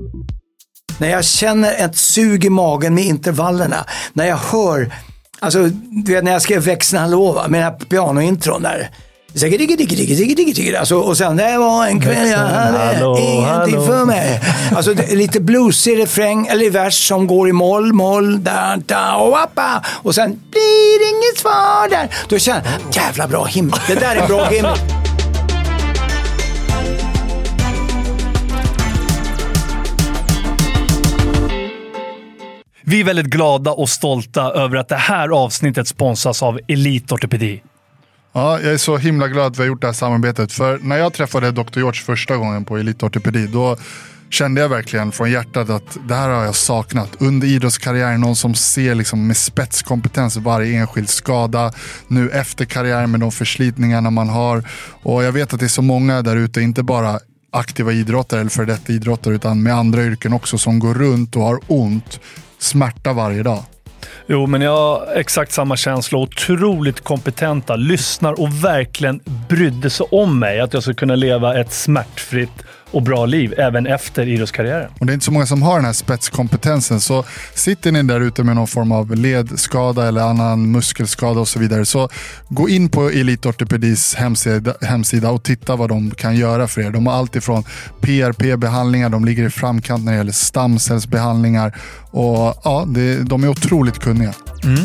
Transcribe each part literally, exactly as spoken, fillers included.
När jag känner ett sug i magen med intervallerna. När jag hör, alltså du vet när jag skrev Växeln Hallå med den här pianointron där. Alltså, och sen det var en kväll jag hade hallå, ingenting hallå. För mig. Alltså det är lite bluesig refräng eller vers som går i moll, moll, da, da, och appa. Och sen blir inget svar där. Då känner jag, jävla bra himmel. Det där är bra himmel. Vi är väldigt glada och stolta över att det här avsnittet sponsras av Elite Ortopedi. Ja, jag är så himla glad att vi har gjort det här samarbetet. För när jag träffade doktor George första gången på Elite Ortopedi, då kände jag verkligen från hjärtat att det här har jag saknat. Under idrottskarriären, någon som ser liksom med spetskompetens varje enskild skada. Nu efter karriären med de förslitningarna man har. Och jag vet att det är så många där ute, inte bara aktiva idrottare eller för detta idrottare, utan med andra yrken också, som går runt och har ont, smärta varje dag. Jo, men jag har exakt samma känsla. Otroligt kompetenta, lyssnar och verkligen brydde sig om mig. Att jag ska kunna leva ett smärtfritt och bra liv även efter idrottskarriären. Och det är inte så många som har den här spetskompetensen. Så sitter ni där ute med någon form av ledskada eller annan muskelskada och så vidare, så gå in på Elite Ortopedis hemsida, hemsida och titta vad de kan göra för er. De har allt ifrån P R P-behandlingar, de ligger i framkant när det gäller stamcellsbehandlingar. Och ja, det, de är otroligt kunniga. Mm.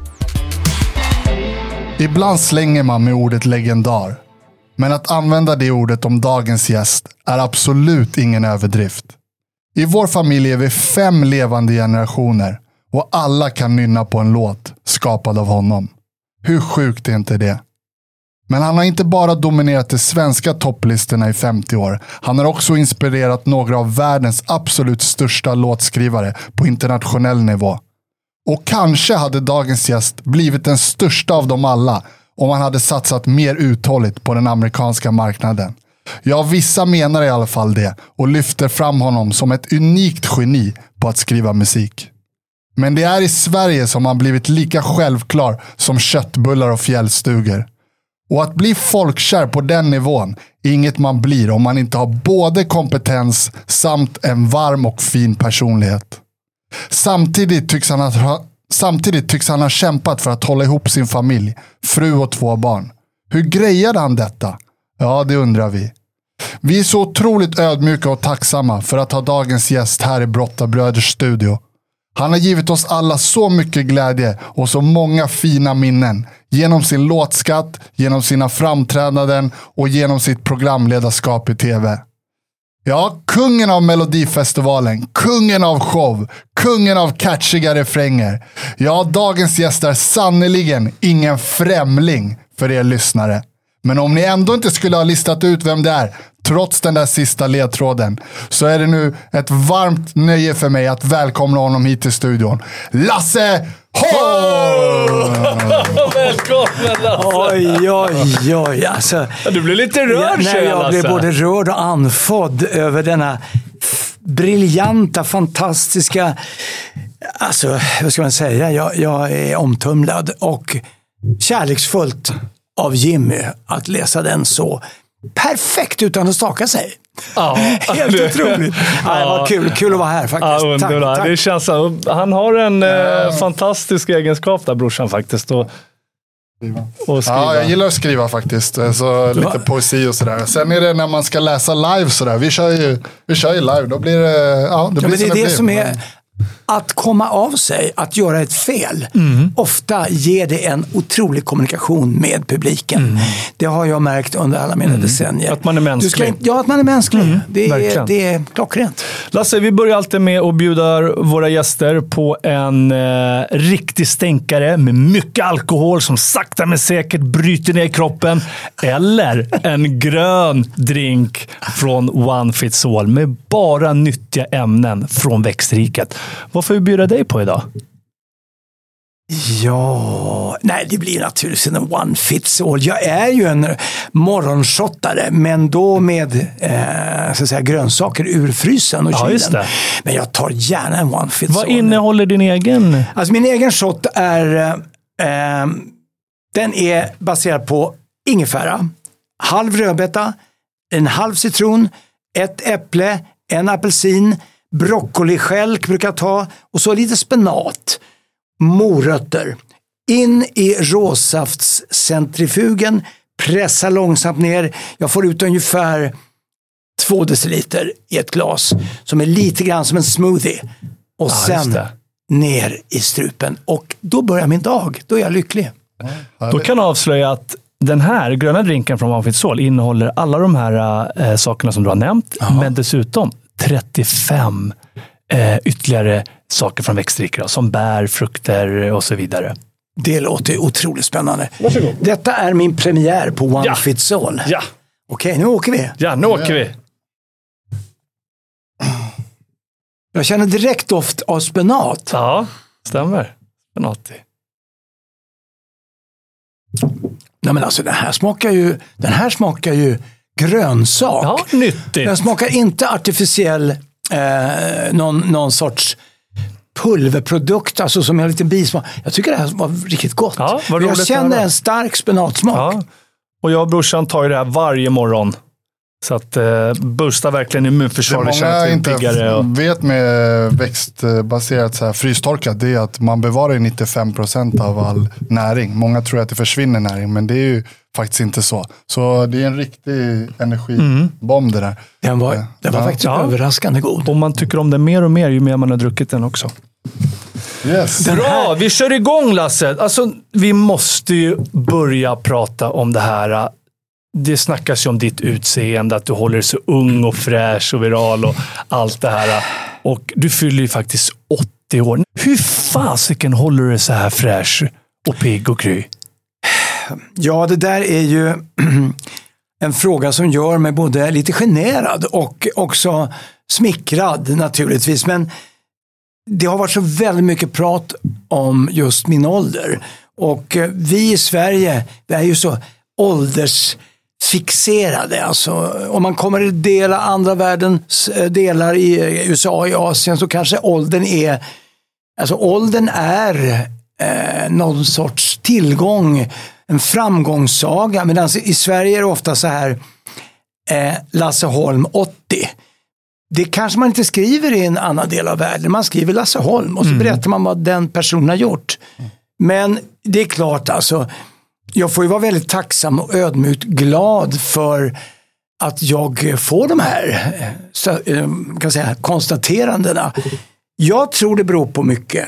Ibland slänger man med ordet legendar. Men att använda det ordet om dagens gäst är absolut ingen överdrift. I vår familj är vi fem levande generationer och alla kan nynna på en låt skapad av honom. Hur sjukt är inte det? Men han har inte bara dominerat de svenska topplistorna i femtio år. Han har också inspirerat några av världens absolut största låtskrivare på internationell nivå. Och kanske hade dagens gäst blivit den största av dem alla om han hade satsat mer uthålligt på den amerikanska marknaden. Ja, vissa menar i alla fall det och lyfter fram honom som ett unikt geni på att skriva musik. Men det är i Sverige som han blivit lika självklar som köttbullar och fjällstugor. Och att bli folkkär på den nivån är inget man blir om man inte har både kompetens samt en varm och fin personlighet. Samtidigt tycks han ha, samtidigt tycks han ha kämpat för att hålla ihop sin familj, fru och två barn. Hur grejade han detta? Ja, det undrar vi. Vi är så otroligt ödmjuka och tacksamma för att ha dagens gäst här i Brottarbröders studio. Han har givit oss alla så mycket glädje och så många fina minnen genom sin låtskatt, genom sina framträdanden och genom sitt programledarskap i tv. Ja, kungen av Melodifestivalen, kungen av show, kungen av catchiga refränger. Ja, dagens gäst är sannoliken ingen främling för er lyssnare. Men om ni ändå inte skulle ha listat ut vem det är, trots den där sista ledtråden, så är det nu ett varmt nöje för mig att välkomna honom hit till studion. Lasse Holm! Välkommen, Lasse! Oj, oj, oj. Alltså, du blir lite rörd, ja, nej, jag Lasse. blev både rörd och anfodd över denna f- briljanta, fantastiska... Alltså, vad ska man säga? Jag, jag är omtumlad och kärleksfullt av Jimmy att läsa den så perfekt utan att staka sig. Ja, helt det, otroligt. Ja, det var kul, kul att vara här faktiskt. Ja, tack, tack. Det känns, han har en eh, fantastisk egenskap där, brorsan, faktiskt. Och, och skriva. Ja, jag gillar att skriva faktiskt. Så lite poesi och sådär. Sen är det när man ska läsa live sådär. Vi kör ju, vi kör ju live. Då blir det, ja, det, blir ja, men det är det, det som är... Att komma av sig, att göra ett fel, mm. ofta ger det en otrolig kommunikation med publiken. Mm. Det har jag märkt under alla mina mm. decennier. Att man är mänsklig. Du ska, ja, att man är mänsklig. Mm. Det, är, det är klockrent. Lasse, vi börjar alltid med att bjuda våra gäster på en eh, riktig stänkare med mycket alkohol som sakta men säkert bryter ner kroppen. Eller en grön drink från One Fits All med bara nyttiga ämnen från växtriket. Vad får vi bjuda dig på idag? Ja, nej det blir naturligtvis en One Fits All. Jag är ju en morgonshottare, men då med eh, så att säga, grönsaker ur frysen och kylen. Ja, just det. Men jag tar gärna en One Fits Vad All. Vad innehåller din egen? Alltså min egen shot är eh, den är baserad på ingefära, halv rödbeta, en halv citron, ett äpple, en apelsin, Broccoliskälk brukar jag ta. Och så lite spenat. Morötter. In i råsaftscentrifugen. Pressa långsamt ner. Jag får ut ungefär två deciliter i ett glas. Som är lite grann som en smoothie. Och Ja, sen ner i strupen. Och då börjar min dag. Då är jag lycklig. Då kan jag avslöja att den här gröna drinken från One Fit Soul innehåller alla de här äh, sakerna som du har nämnt. Aha. Men dessutom trettiofem äh, ytterligare saker från växtdrycker. Som bär, frukter och så vidare. Det låter otroligt spännande. Varsågod. Detta är min premiär på One Ja. Fit Soul. Ja, Okej, nu åker vi. ja nu åker vi. Jag känner direkt doft av spenat. Ja, stämmer. Spenat. Nej, men alltså den här smakar ju, den här smakar ju grönsak. Ja, nyttigt. Den smakar inte artificiell eh, någon, någon sorts pulverprodukt, alltså som har lite bismak. Jag tycker det här var riktigt gott. Ja, vad jag roligt att känner höra. en stark spenatsmak. Ja. Och jag och brorsan tar ju det här varje morgon. Så att eh, boostar verkligen immunförsvaret. Det många känns inte piggare och... vet med växtbaserat så här frystorkat, det är att man bevarar nittiofem procent av all näring. Många tror att det försvinner näring, men det är ju faktiskt inte så. Så det är en riktig energibomb det där. Den var, den var Ja. faktiskt Ja. överraskande god. Och man tycker om den mer och mer ju mer man har druckit den också. Yes. Bra, vi kör igång Lasse. Alltså, vi måste ju börja prata om det här. Det snackas ju om ditt utseende, att du håller dig så ung och fräsch och viral och allt det här. Och du fyller ju faktiskt åttio år. Hur fasiken håller du dig så här fräsch och pigg och kry? Ja, det där är ju en fråga som gör mig både lite generad och också smickrad naturligtvis. Men det har varit så väldigt mycket prat om just min ålder. Och vi i Sverige, vi är ju så åldersfixerade. Alltså, om man kommer att dela andra världens delar i U S A, i Asien, så kanske åldern är, alltså åldern är eh, någon sorts tillgång, en framgångssaga. Men alltså, i Sverige är det ofta så här, eh, Lasse Holm åttio. Det kanske man inte skriver i en annan del av världen. Man skriver Lasse Holm och så Mm. berättar man vad den personen har gjort. Men det är klart, alltså, jag får ju vara väldigt tacksam och ödmjukt glad för att jag får de här så, eh, kan jag säga, konstaterandena. Jag tror det beror på mycket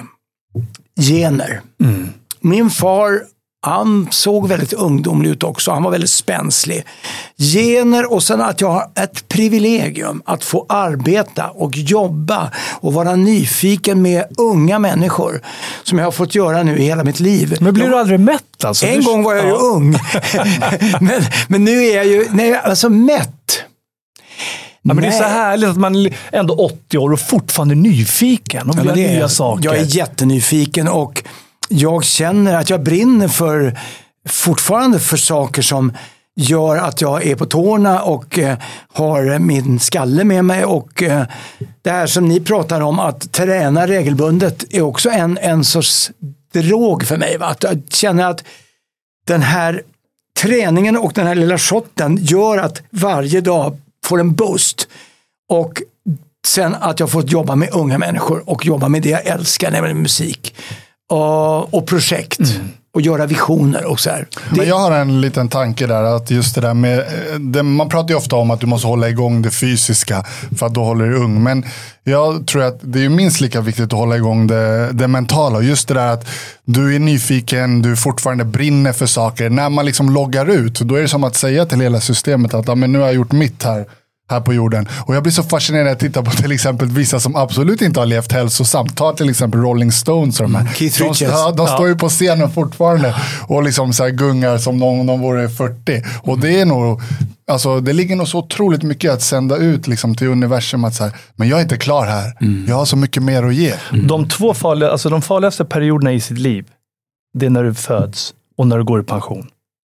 gener. Mm. Min far, han såg väldigt ungdomlig ut också. Han var väldigt spänslig. Gener, och sen att jag har ett privilegium att få arbeta och jobba och vara nyfiken med unga människor som jag har fått göra nu i hela mitt liv. Men blir du aldrig mätt alltså? En du... gång var jag ju ja. ung. men, men nu är jag ju nej, alltså mätt. Ja, men det är Nej. så härligt att man är ändå åttio år och fortfarande nyfiken och vill Ja, ha men det är- nya saker. Jag är jättenyfiken och jag känner att jag brinner för fortfarande för saker som gör att jag är på tårna och eh, har min skalle med mig. Och eh, det här som ni pratar om, att träna regelbundet, är också en, en sorts drog för mig. Va? Att jag känner att den här träningen och den här lilla shotten gör att varje dag får en boost. Och sen att jag får jobba med unga människor och jobba med det jag älskar, nämligen musik och, och projekt. Mm. Och göra visioner och så här. Men Det, jag har en liten tanke där, att just det där med, det, man pratar ju ofta om att du måste hålla igång det fysiska för att då håller du ung. Men jag tror att det är minst lika viktigt att hålla igång det, det mentala. Just det där att du är nyfiken, du fortfarande brinner för saker. När man liksom loggar ut, då är det som att säga till hela systemet att ja, men nu har jag gjort mitt här. här på jorden. Och jag blir så fascinerad när jag tittar på till exempel vissa som absolut inte har levt hälsosamt. Ta till exempel Rolling Stones och de här. Keith de, Richards. ja, de Ja. står ju på scenen fortfarande och liksom så här gungar som de, de vore fyrtio. Och det är nog, alltså det ligger nog så otroligt mycket att sända ut liksom till universum att så här, men jag är inte klar här. Mm. Jag har så mycket mer att ge. De två farliga, alltså de farligaste perioderna i sitt liv, det är när du föds och när du går i pension.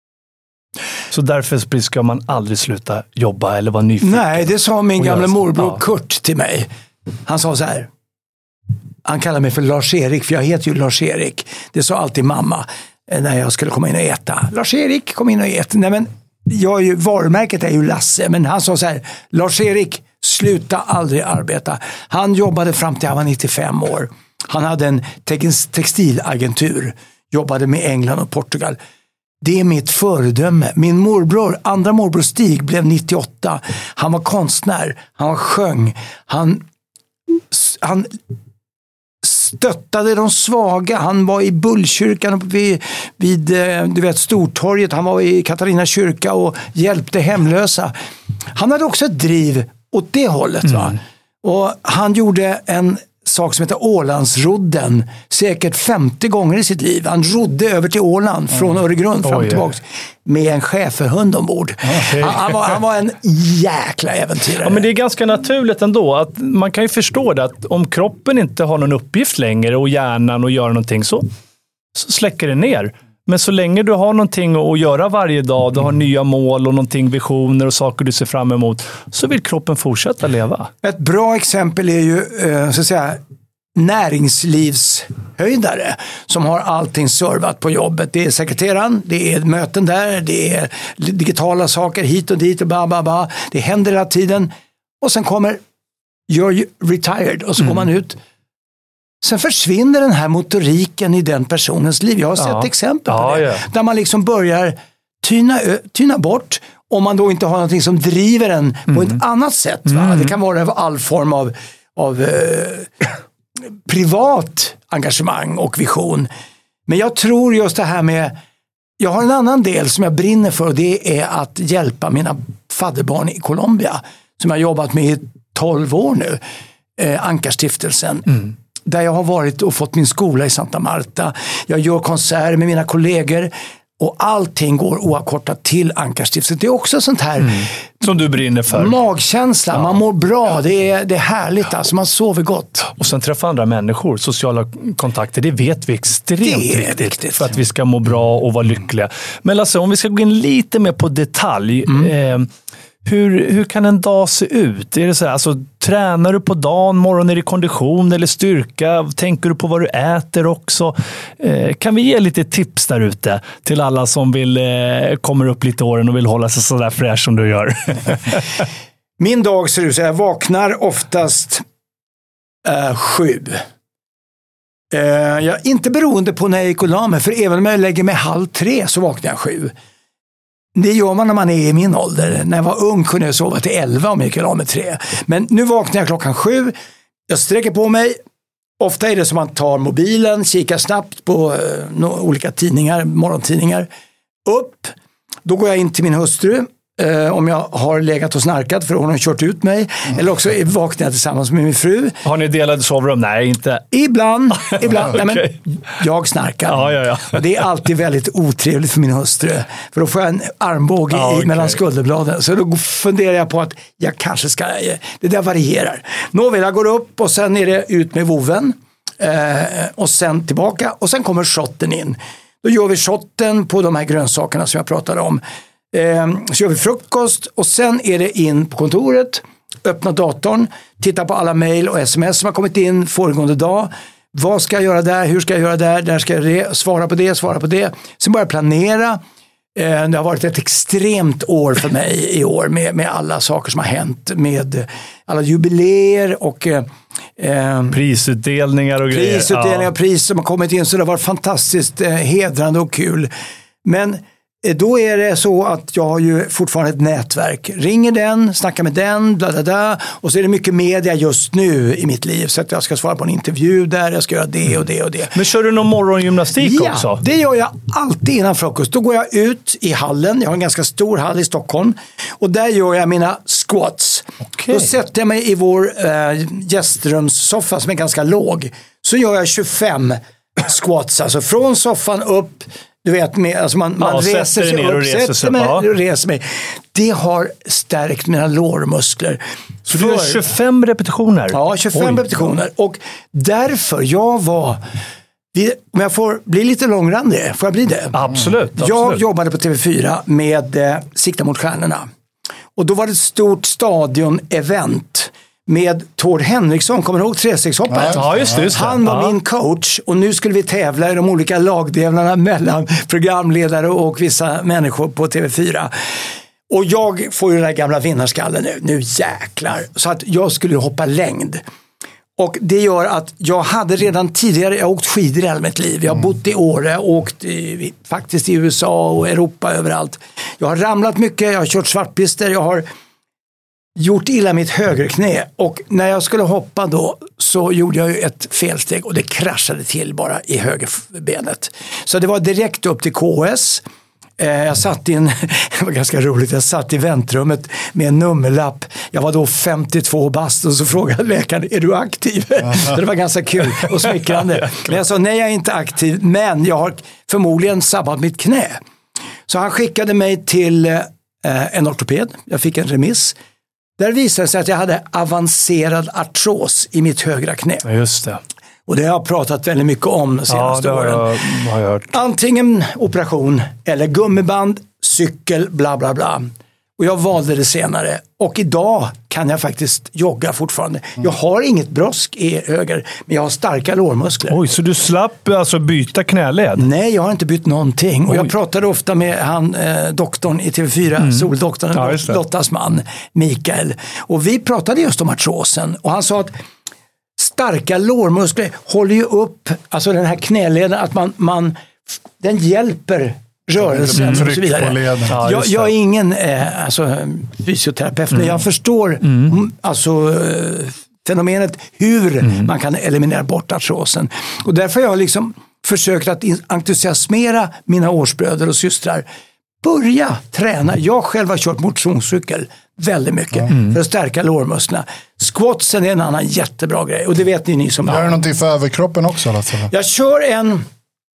Så därför ska man aldrig sluta jobba eller vara nyfiken. nej, det sa min Och gamla göra så. morbror Ja. Kurt till mig. Han sa så här. Han kallar mig för Lars-Erik, för jag heter ju Lars-Erik. Det sa alltid mamma när jag skulle komma in och äta. Lars-Erik, kom in och ät. Nej, men jag är ju, varumärket är ju Lasse, men han sa så här: Lars-Erik, Sluta aldrig arbeta. Han jobbade fram till han var nittiofem år. Han hade en textilagentur. Jobbade med England och Portugal. Det är mitt föredöme. Min morbror, andra morbror Stig, blev nittioåtta. Han var konstnär. Han var sjöng. Han, han stöttade de svaga. Han var i Bullkyrkan vid, vid du vet, Stortorget. Han var i Katarina kyrka och hjälpte hemlösa. Han hade också ett driv åt det hållet. Va? Mm. Och han gjorde en sak som heter Ålandsrodden säkert femtio gånger i sitt liv. Han rodde över till Åland mm. från Öregrund fram och tillbaka med en schäferhund ombord. Okay. Han, han, var, han var en jäkla äventyrare. Ja, men det är ganska naturligt ändå. Att man kan ju förstå det att om kroppen inte har någon uppgift längre och hjärnan och gör någonting så, så släcker det ner. Men så länge du har någonting att göra varje dag, du har nya mål och någonting, visioner och saker du ser fram emot, så vill kroppen fortsätta leva. Ett bra exempel är ju så att säga, näringslivshöjdare som har allting servat på jobbet. Det är sekreteraren, det är möten där, det är digitala saker hit och dit och ba, ba, ba. Det händer hela tiden. Och sen kommer, you're retired och så mm. går man ut. Sen försvinner den här motoriken i den personens liv. Jag har sett ja. exempel på ja, det. Ja. Där man liksom börjar tyna, tyna bort om man då inte har någonting som driver en mm. på ett annat sätt. Va? Mm. Det kan vara all form av, av eh, privat engagemang och vision. Men jag tror just det här med, jag har en annan del som jag brinner för, och det är att hjälpa mina fadderbarn i Colombia som jag har jobbat med i tolv år nu. Eh, Ankarstiftelsen. Mm. Där jag har varit och fått min skola i Santa Marta. Jag gör konserter med mina kollegor. Och allting går oavkortat till Ankarstiftelsen. Det är också sånt här... Mm. Som du brinner för. Magkänsla. Ja. Man mår bra. Det är, det är härligt. Alltså. Man sover gott. Och sen träffa andra människor. Sociala kontakter. Det vet vi extremt det är viktigt, viktigt. För att vi ska må bra och vara lyckliga. Men alltså, om vi ska gå in lite mer på detalj... Mm. Eh, Hur, hur kan en dag se ut? Är det så här, alltså, tränar du på dagen, morgon är det kondition eller styrka? Tänker du på vad du äter också? Eh, kan vi ge lite tips där ute till alla som vill eh, kommer upp lite åren och vill hålla sig så där fräsch som du gör? Min dag ser ut så här, jag vaknar oftast äh, sju. Eh, jag, inte beroende på när jag gick och la mig, för även om jag lägger mig halv tre så vaknar jag sju. Det gör man när man är i min ålder. När jag var ung kunde jag sova till elva om jag gick och la mig tre. Men nu vaknar jag klockan sju. Jag sträcker på mig. Ofta är det som man tar mobilen, kikar snabbt på uh, olika tidningar, morgontidningar. Upp. Då går jag in till min hustru. Uh, om jag har legat och snarkat för hon har kört ut mig. Mm. Eller också vaknar jag tillsammans med min fru. Har ni delade sovrum? Nej, inte. Ibland. ibland. Okay. Nej, men jag snarkar. Ja, ja, ja. Och det är alltid väldigt otrevligt för min hustru. För då får jag en armbåge ja, okay. mellan skulderbladen. Så då funderar jag på att jag kanske ska... Det där varierar. Nåväl, jag går upp och sen är det ut med voven. Eh, och sen tillbaka. Och sen kommer shotten in. Då gör vi shotten på de här grönsakerna som jag pratade om. Så gör vi frukost och sen är det in på kontoret, öppna datorn, titta på alla mejl och sms som har kommit in föregående dag. Vad ska jag göra där? Hur ska jag göra där? Där ska jag re- svara på det, svara på det. Sen börjar jag planera. Det har varit ett extremt år för mig i år med, med alla saker som har hänt, med alla jubileer och eh, prisutdelningar och grejer. Prisutdelningar och ja. pris som har kommit in, så det har varit fantastiskt eh, hedrande och kul. Men då är det så att jag har ju fortfarande ett nätverk. Ringer den, snackar med den, bla bla bla. Och så är det mycket media just nu i mitt liv. Så att jag ska svara på en intervju där, jag ska göra det och det och det. Men kör du någon morgongymnastik ja, också? Ja, det gör jag alltid innan frukost. Då går jag ut i hallen. Jag har en ganska stor hall i Stockholm. Och där gör jag mina squats. Okay. Då sätter jag mig i vår äh, gästrumssoffa som är ganska låg. Så gör jag tjugofem squats. Alltså från soffan upp. Du vet, med, alltså man, man ja, reser sig upp, och reser sätter mig ja. och reser mig. Det har stärkt mina lårmuskler. Så du gör tjugofem repetitioner? Ja, tjugofem Oj. repetitioner. Och därför, jag var... Om jag får bli lite långrandig, får jag bli det? Absolut. Jag absolut. jobbade på T V fyra med eh, Sikta mot stjärnorna. Och då var det ett stort stadion-event med Tord Henriksson, kommer du ihåg trestegshopparen? Ja, just det, just det. Han var ja. min coach och nu skulle vi tävla i de olika lagdelarna mellan programledare och vissa människor på T V fyra. Och jag får ju den här gamla vinnarskallen nu. Nu jäklar. Så att jag skulle hoppa längd. Och det gör att jag hade redan tidigare, jag har åkt skidor i hela mitt liv. Jag har bott i Åre, åkt i, faktiskt i U S A och Europa överallt. Jag har ramlat mycket, jag har kört svartpister, jag har gjort illa mitt högerknä. Och när jag skulle hoppa då så gjorde jag ju ett felsteg och det kraschade till bara i högerbenet. Så det var direkt upp till K S. Jag satt i en, det var ganska roligt, jag satt i väntrummet med en nummerlapp. Jag var då femtiotvå bast och så frågade läkaren, är du aktiv? Så det var ganska kul och smickrande. Men jag sa, nej jag är inte aktiv, men jag har förmodligen sabbat mitt knä. Så han skickade mig till eh, en ortoped, jag fick en remiss. Där visade det sig att jag hade avancerad artros i mitt högra knä. Just det. Och det har jag pratat väldigt mycket om de senaste ja, det har åren. Jag, har jag hört. Antingen operation eller gummiband, cykel, bla bla bla. Och jag valde det senare. Och idag kan jag faktiskt jogga fortfarande. Jag har inget brosk i höger, men jag har starka lårmuskler. Oj, så du slapp alltså byta knäled? Nej, jag har inte bytt någonting. Oj. Och jag pratade ofta med han, eh, doktorn i T V fyra, mm. Soldoktorn, ja, Lottas man, Mikael. Och vi pratade just om artrosen. Och han sa att starka lårmuskler håller ju upp, alltså den här knäleden, att man, man den hjälper rörelsen mm. och så vidare. Ja, jag, jag är ingen eh, alltså, fysioterapeut, mm. men jag förstår mm. alltså, fenomenet hur mm. man kan eliminera bort artrosen. Och därför har jag liksom försökt att entusiasmera mina årsbröder och systrar. Börja träna. Jag själv har kört motionscykel väldigt mycket mm. för att stärka lårmusklerna. Squatsen är en annan jättebra grej och det vet ni, ni som har. Gör du någonting för överkroppen också? Alltså? Jag kör en,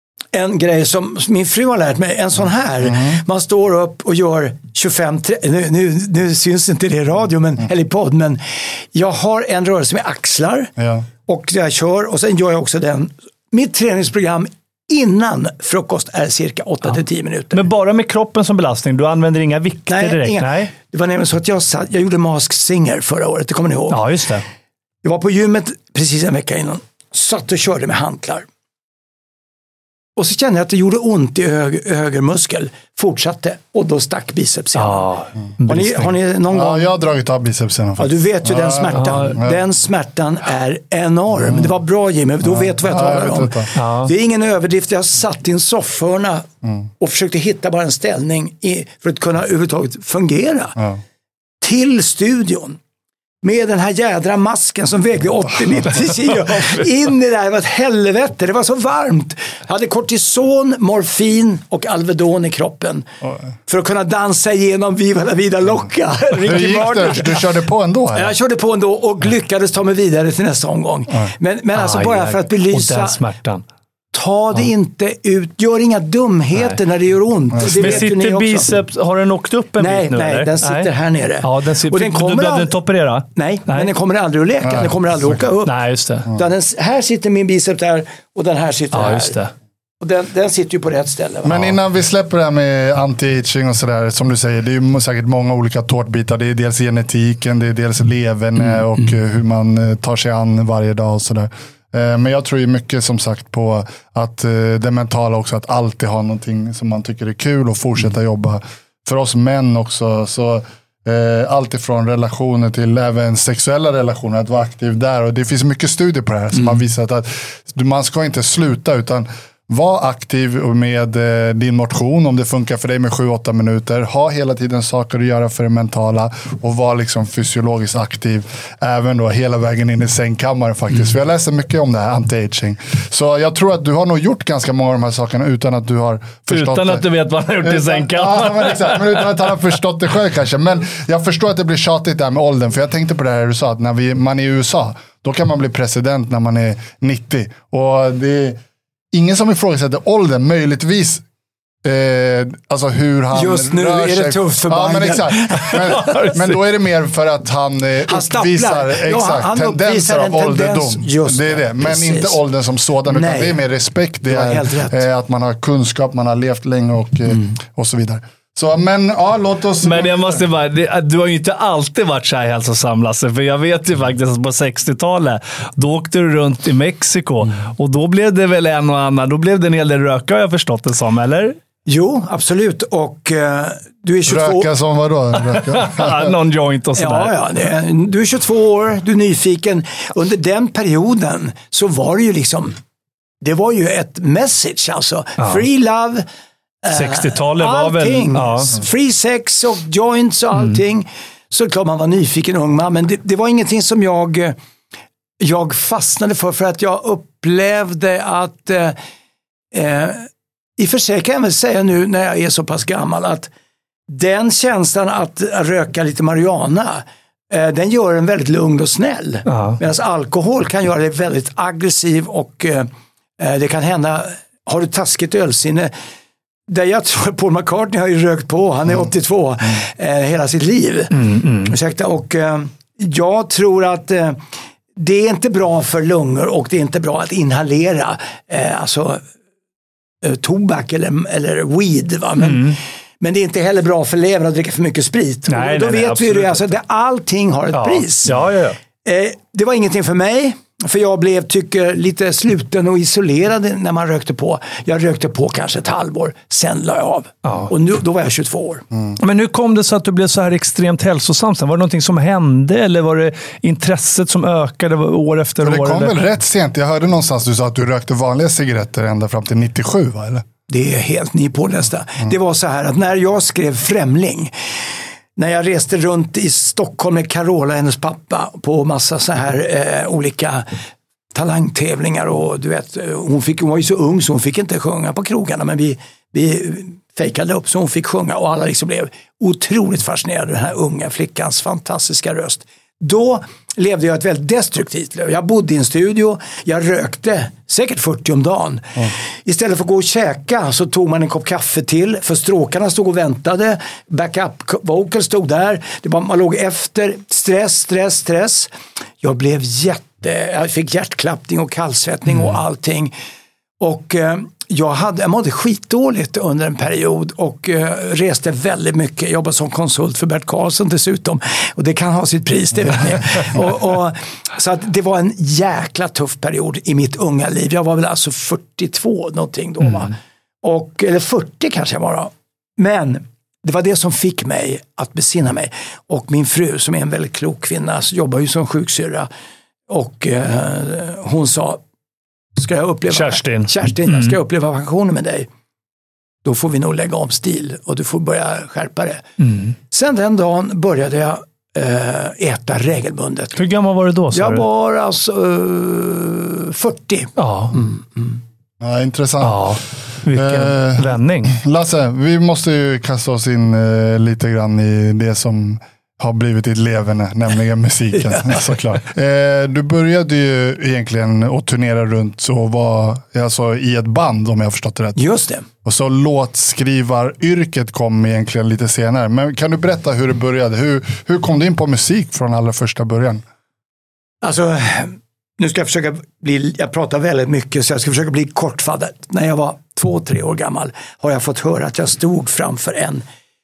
en grej som min fru har lärt mig, en sån här. Mm. Man står upp och gör tjugofem trettio, nu, nu, nu syns inte det i radio men, mm. eller i podd, men jag har en rörelse med axlar ja. och jag kör och sen gör jag också den. Mitt träningsprogram innan frukost är cirka åtta till tio minuter. Men bara med kroppen som belastning? Du använder inga vikter Nej, direkt? Inga. Nej, det var nämligen så att jag, satt, jag gjorde Masked Singer förra året, det kommer ni ihåg? Ja, just det. Jag var på gymmet precis en vecka innan. Satt och körde med hantlar. Och så kände jag att det gjorde ont i höger, höger muskel. Fortsatte och då stack bicepsen. Ja, mm. har, ni, har ni någon ja, gång... jag har dragit av bicepsen. Ja, du vet ju ja, den smärtan. Ja, ja. Den smärtan är enorm. Mm. Det var bra, Jimmy. Då ja. vet vad jag talar ja, jag om. Det. Ja. det är ingen överdrift. Jag satt i en soffhörna mm. och försökte hitta bara en ställning i, för att kunna överhuvudtaget fungera. Ja. Till studion. Med den här jädra masken som vägde åttio nittio kilo. In i det här, det var ett helvete. Det var så varmt. Jag hade kortison, morfin och Alvedon i kroppen. För att kunna dansa igenom Viva la vida locka. Hur gick det? Du körde på ändå? Eller? Jag körde på ändå och lyckades ta mig vidare till nästa omgång. Men, men alltså bara för att belysa... smärtan. Ta det ja. inte ut. Gör inga dumheter nej. när det gör ont. Nej. Det men sitter biceps, har den åkt upp en nej, bit nu? Nej, eller? den sitter nej. här nere. Ja, den sitter, och den kommer du behövde inte operera? Nej, nej, men den kommer aldrig att leka. Nej. Den kommer aldrig att åka upp. Nej, just det. Ja. Den, här sitter min biceps där och den här sitter ja, här. Just det. Och den, den sitter ju på rätt ställe. Va? Men innan vi släpper det här med anti-aging och sådär, som du säger, det är ju säkert många olika tårtbitar. Det är dels genetiken, det är dels levern mm. och mm. hur man tar sig an varje dag och sådär. Men jag tror ju mycket som sagt på att det mentala också, att alltid ha någonting som man tycker är kul och fortsätta mm. jobba. För oss män också, så eh, allt ifrån relationer till även sexuella relationer, att vara aktiv där. Och det finns mycket studier på det här som mm. har visat att man ska inte sluta, utan var aktiv med eh, din motion om det funkar för dig med sju åtta minuter. Ha hela tiden saker att göra för det mentala och var liksom fysiologiskt aktiv även då hela vägen in i sängkammaren faktiskt. Mm. För jag läser mycket om det här anti-aging. Så jag tror att du har nog gjort ganska många av de här sakerna utan att du har förstått Utan det. att du vet vad han har gjort i sängkammaren. Ja, men exakt. Men utan att han har förstått det själv kanske. Men jag förstår att det blir tjatigt där med åldern. För jag tänkte på det här du sa, att när vi, man är i U S A, då kan man bli president när man är nittio. Och det är ingen som ifrågasätter åldern, möjligtvis eh, alltså hur han just nu rör är sig. Det tufft för ja, men exakt. Men, men då är det mer för att han, eh, han uppvisar exakt, ja, han tendenser av ålderdom. Just det är det. Men precis. Inte åldern som sådan, utan Nej. det är mer respekt. Det är eh, att man har kunskap, man har levt länge och, eh, mm. och så vidare. Så, men ja, låt oss... Men jag måste bara, det, du har ju inte alltid varit så här hälsosam, Lasse, för jag vet ju faktiskt att på sextiotalet, då åkte du runt i Mexiko mm. och då blev det väl en och annan, då blev det en hel del röka, har jag förstått det som, eller? Jo, absolut. Och uh, du är tjugotvå... Röka som vadå? Röka. Någon joint och sådär. Ja, ja. Det, du är tjugotvå år, du är nyfiken. Under den perioden så var det ju liksom... Det var ju ett message alltså. Ja. Free love. sextiotalet uh, var väl... Ja. Free sex och joints och allting. Mm. Så klart man var nyfiken ung man. Men det, det var ingenting som jag... Jag fastnade för. För att jag upplevde att... Eh, eh, I och för sig kan jag väl säga nu när jag är så pass gammal att den känslan att röka lite marijuana, eh, den gör en väldigt lugn och snäll. Ja. Medan alkohol kan göra dig väldigt aggressiv och eh, det kan hända, har du taskigt ölsinne, där jag tror Paul McCartney har ju rökt på, han är mm. åttiotvå mm. Eh, hela sitt liv. Mm, mm. Ursäkta, och eh, jag tror att eh, det är inte bra för lungor och det är inte bra att inhalera eh, alltså tobak eller, eller weed. Va? Men, mm. men det är inte heller bra för levern att dricka för mycket sprit. Nej, och då nej, vet nej, vi ju alltså, att allting har ett ja. pris. Ja, ja, ja. Eh, det var ingenting för mig. För jag blev, tycker, lite sluten och isolerad när man rökte på. Jag rökte på kanske ett halvår. Sen la jag av. Ja. Och nu, då var jag tjugotvå år. Mm. Men hur kom det så att du blev så här extremt hälsosam? Var det någonting som hände? Eller var det intresset som ökade år efter För år? Det kom eller? väl rätt sent. Jag hörde någonstans du sa att du rökte vanliga cigaretter ända fram till nittiosju, va? Eller? Det är helt ny pålästa. Mm. Det var så här att när jag skrev Främling, när jag reste runt i Stockholm med Carola, hennes pappa, på massa så här eh, olika talangtävlingar och du vet, hon, fick, hon var ju så ung så hon fick inte sjunga på krogarna, men vi, vi fejkade upp så hon fick sjunga och alla liksom blev otroligt fascinerade av den här unga flickans fantastiska röst. Då levde jag ett väldigt destruktivt liv. Jag bodde i en studio, jag rökte säkert fyrtio om dagen. Mm. Istället för att gå och käka så tog man en kopp kaffe till, för stråkarna stod och väntade. Backup vocal stod där. Det var, man låg efter. Stress, stress, stress. Jag blev jätte... Jag fick hjärtklappning och kallsvettning mm. och allting. Och eh, jag, hade, jag mådde skitdåligt under en period och eh, reste väldigt mycket. Jag jobbade som konsult för Bert Karlsson dessutom. Och det kan ha sitt pris, det vet ni. och, och, så att det var en jäkla tuff period i mitt unga liv. Jag var väl alltså fyrtiotvå någonting då. Mm. Och, eller fyrtio kanske jag var då. Men det var det som fick mig att besinna mig. Och min fru som är en väldigt klok kvinna jobbar ju som sjuksyrra. Och eh, hon sa, ska jag uppleva Kerstin, Kerstin mm. ska jag uppleva pensionen med dig, då får vi nog lägga om stil och du får börja skärpa det. Mm. Sen den dagen började jag äh, äta regelbundet. Hur gammal var du då? Jag du? var alltså äh, fyrtio. Ja. Mm, mm. Ja, intressant. Ja, vilken eh, vändning. Lasse, vi måste ju kasta oss in eh, lite grann i det som har blivit ditt leverne, nämligen musiken. Ja. Såklart. Eh, du började ju egentligen att turnera runt och var alltså, i ett band, om jag har förstått det rätt. Just det. Och så låtskrivaryrket kom egentligen lite senare. Men kan du berätta hur det började? Hur, hur kom du in på musik från allra första början? Alltså, nu ska jag försöka bli, jag pratar väldigt mycket så jag ska försöka bli kortfattad. När jag var två, tre år gammal har jag fått höra att jag stod framför en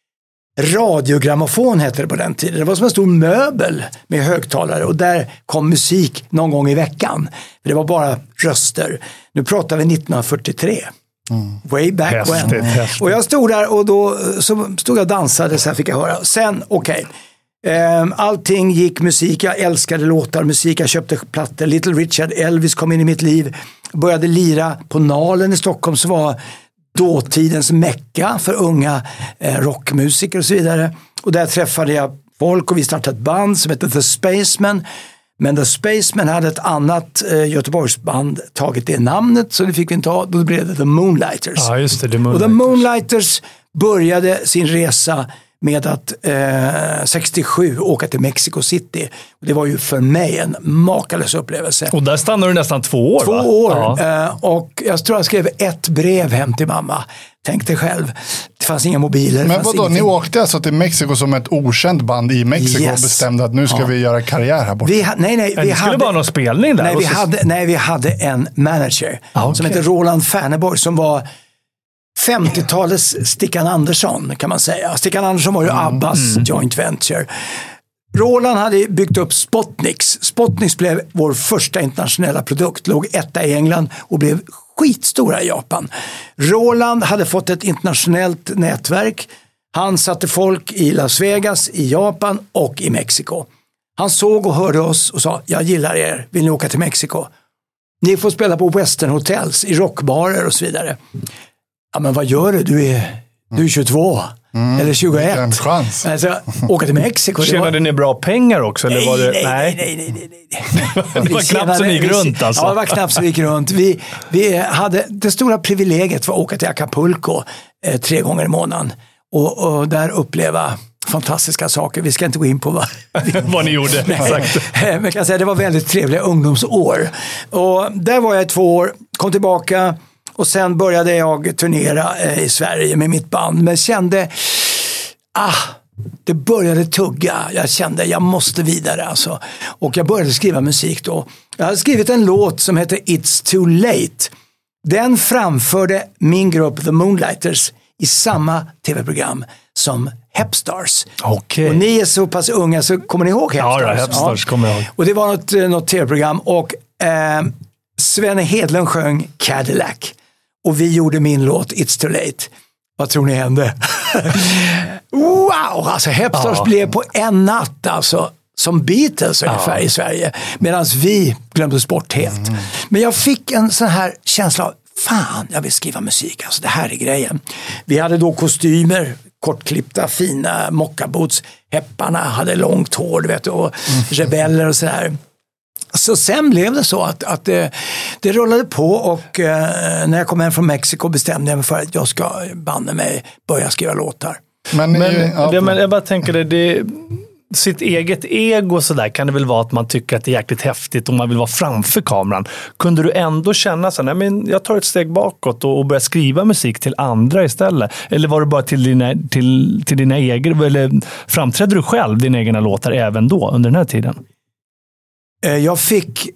radiogrammofon, hette det på den tiden. Det var som en stor möbel med högtalare och där kom musik någon gång i veckan. Det var bara röster. Nu pratar vi nittonhundrafyrtiotre. Mm. Way back hästigt, when. Hästigt. Och jag stod där och då så stod jag och dansade, så här fick jag höra. Sen, okej. Okay. Um, allting gick musik. Jag älskade låtar, musik. Jag köpte plattor. Little Richard, Elvis kom in i mitt liv. Började lira på Nalen i Stockholm, som var dåtidens mecka för unga eh, rockmusiker och så vidare. Och där träffade jag folk och vi startade ett band som hette The Spacemen. Men The Spacemen hade ett annat eh, Göteborgsband tagit det namnet, så det fick vi inte ha. Då blev det The Moonlighters. Ja, just det, The Moonlighters. Och The Moonlighters började sin resa med att eh, sextiosju åka till Mexico City. Och det var ju för mig en makalös upplevelse. Och där stannade du nästan två år, Två va? år. Ja. Eh, och jag tror jag skrev ett brev hem till mamma. Tänk dig själv. Det fanns inga mobiler. Men vadå, ni åkte alltså till Mexiko som ett okänt band i Mexiko yes. och bestämde att nu ska ja. vi göra karriär här borta? Vi ha, nej, nej. Vi det skulle hade, bara någon spelning där. Nej vi, hade, nej, vi hade en manager ah, okay. som heter Roland Färneborg, som var femtiotalets Stickan Andersson, kan man säga. Stickan Andersson var ju Abbas mm. joint venture. Roland hade byggt upp Spotnix. Spotnix blev vår första internationella produkt. Låg etta i England och blev skitstora i Japan. Roland hade fått ett internationellt nätverk. Han satte folk i Las Vegas, i Japan och i Mexiko. Han såg och hörde oss och sa, jag gillar er, vill ni åka till Mexiko? Ni får spela på Western Hotels, i rockbarer och så vidare. Ja, men vad gör du? Du är, du är tjugotvå. Mm, eller tjugoett. En chans. Alltså, åka till Mexiko. Tjänade var... ni bra pengar också? Eller nej, var det... nej, nej, nej, nej, nej, nej. Det var knappt så ni gick runt alltså. Ja, det var knappt så vi gick runt. Vi, vi hade, det stora privilegiet var att åka till Acapulco eh, tre gånger i månaden. Och, och där uppleva fantastiska saker. Vi ska inte gå in på vad, vad ni gjorde. Exakt. Men kan säga, det var väldigt trevliga ungdomsår. Och där var jag i två år, kom tillbaka och sen började jag turnera eh, i Sverige med mitt band. Men kände, ah, det började tugga. Jag kände, jag måste vidare alltså. Och jag började skriva musik då. Jag hade skrivit en låt som heter It's Too Late. Den framförde min grupp The Moonlighters i samma tv-program som Hepstars. Okay. Och ni är så pass unga så kommer ni ihåg Hepstars? Ja, Hepstars ja. kommer jag ihåg. Och det var något, något tv-program och eh, Svenne Hedlund sjöng Cadillac. Och vi gjorde min låt It's Too Late. Vad tror ni hände? Wow! Alltså Hepstars ja. blev på en natt alltså som Beatles ungefär ja. i Sverige. Medan vi glömde bort helt. Mm. Men jag fick en sån här känsla av fan, jag vill skriva musik. Alltså det här är grejen. Vi hade då kostymer, kortklippta, fina mockaboots. Hepparna hade långt hår, du vet, och mm. rebeller och sådär. Så sen blev det så att, att det, det rullade på och eh, när jag kom hem från Mexiko bestämde jag mig för att jag ska banne mig börja skriva låtar. Men, men, ja, det, men jag bara tänker det, det sitt eget ego så där kan det väl vara att man tycker att det är jäkligt häftigt om man vill vara framför kameran. Kunde du ändå känna så nej men jag tar ett steg bakåt och, och börjar skriva musik till andra istället? Eller var det bara till dina, till, till dina egna, eller framträdde du själv dina egna låtar även då under den här tiden? Jag fick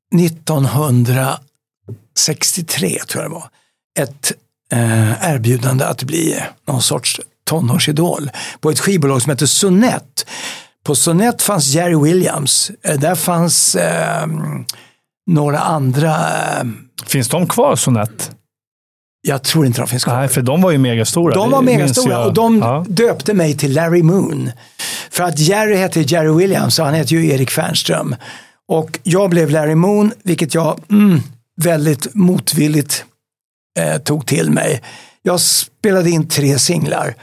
nittonhundrasextiotre tror jag det var ett eh, erbjudande att bli någon sorts tonårsidol på ett skivbolag som heter Sonett. På Sonett fanns Jerry Williams. Där fanns eh, några andra. Eh, finns de kvar, Sonett? Jag tror inte de finns kvar. Nej, för de var ju megastora. De var megastora och de ja. döpte mig till Larry Moon. För att Jerry heter Jerry Williams och han heter ju Erik Fernström. Och jag blev Larry Moon, vilket jag mm, väldigt motvilligt eh, tog till mig. Jag spelade in tre singlar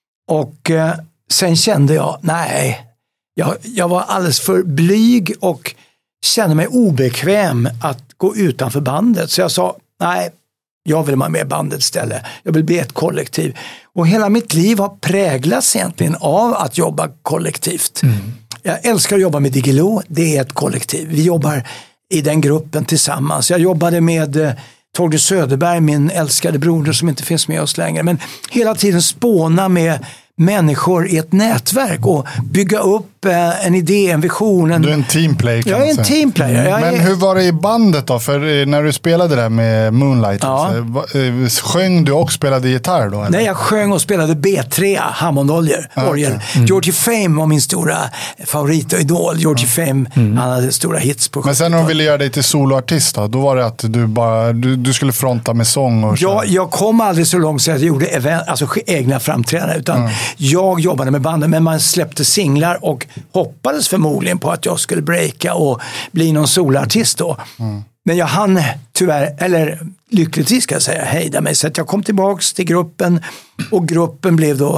och eh, sen kände jag, nej, jag, jag var alldeles för blyg och kände mig obekväm att gå utanför bandet. Så jag sa, nej, jag vill vara med i bandet istället. Jag vill bli ett kollektiv. Och hela mitt liv har präglats egentligen av att jobba kollektivt. Mm. Jag älskar att jobba med Diggiloo, det är ett kollektiv. Vi jobbar i den gruppen tillsammans. Jag jobbade med eh, Torgny Söderberg, min älskade broder som inte finns med oss längre. Men hela tiden spåna med människor i ett nätverk och bygga upp eh, en idé, en vision. En... Du är en teamplayer kan Jag är en säga. teamplayer. Jag Men är... hur var det i bandet då? För när du spelade där med Moonlight, ja. alltså, sjöng du och spelade gitarr då? Eller? Nej, jag sjöng och spelade B tre, Hammond-orgel. Ah, okay. mm. Georgie Fame var min stora favorit och idol. Georgie mm. Fame, mm. han hade stora hits på. Men sen när de ville göra dig till soloartist då, då var det att du bara du, du skulle fronta med sång och så. Jag, jag kom aldrig så långt så att jag gjorde event, alltså egna framträdanden, utan mm. jag jobbade med banden, men man släppte singlar och hoppades förmodligen på att jag skulle breaka och bli någon solartist då. Mm. Men jag hann tyvärr, eller lyckligtvis ska jag säga, hejda mig. Så att jag kom tillbaks till gruppen och gruppen blev då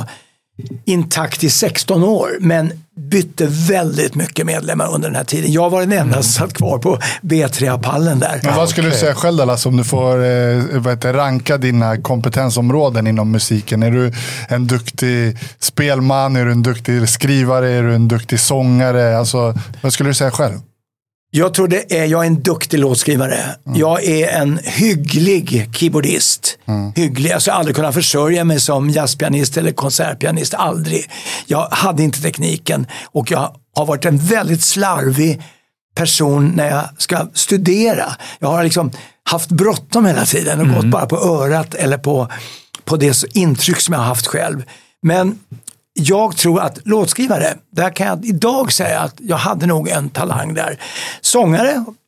intakt i sexton år, men bytte väldigt mycket medlemmar under den här tiden. Jag var den enda som satt kvar på B tre-pallen där. Men vad skulle okay. du säga själv då, alltså, om du får eh, vad heter, ranka dina kompetensområden inom musiken? Är du en duktig spelman? Är du en duktig skrivare? Är du en duktig sångare? Alltså, vad skulle du säga själv? Jag tror det är, jag är en duktig låtskrivare. Mm. Jag är en hygglig keyboardist. Mm. Hygglig. Jag skulle aldrig kunna försörja mig som jazzpianist eller konsertpianist. Aldrig. Jag hade inte tekniken. Och jag har varit en väldigt slarvig person när jag ska studera. Jag har liksom haft bråttom hela tiden och mm. gått bara på örat eller på, på det intryck som jag har haft själv. Men jag tror att låtskrivare, där kan jag idag säga att jag hade nog en talang där. Sångare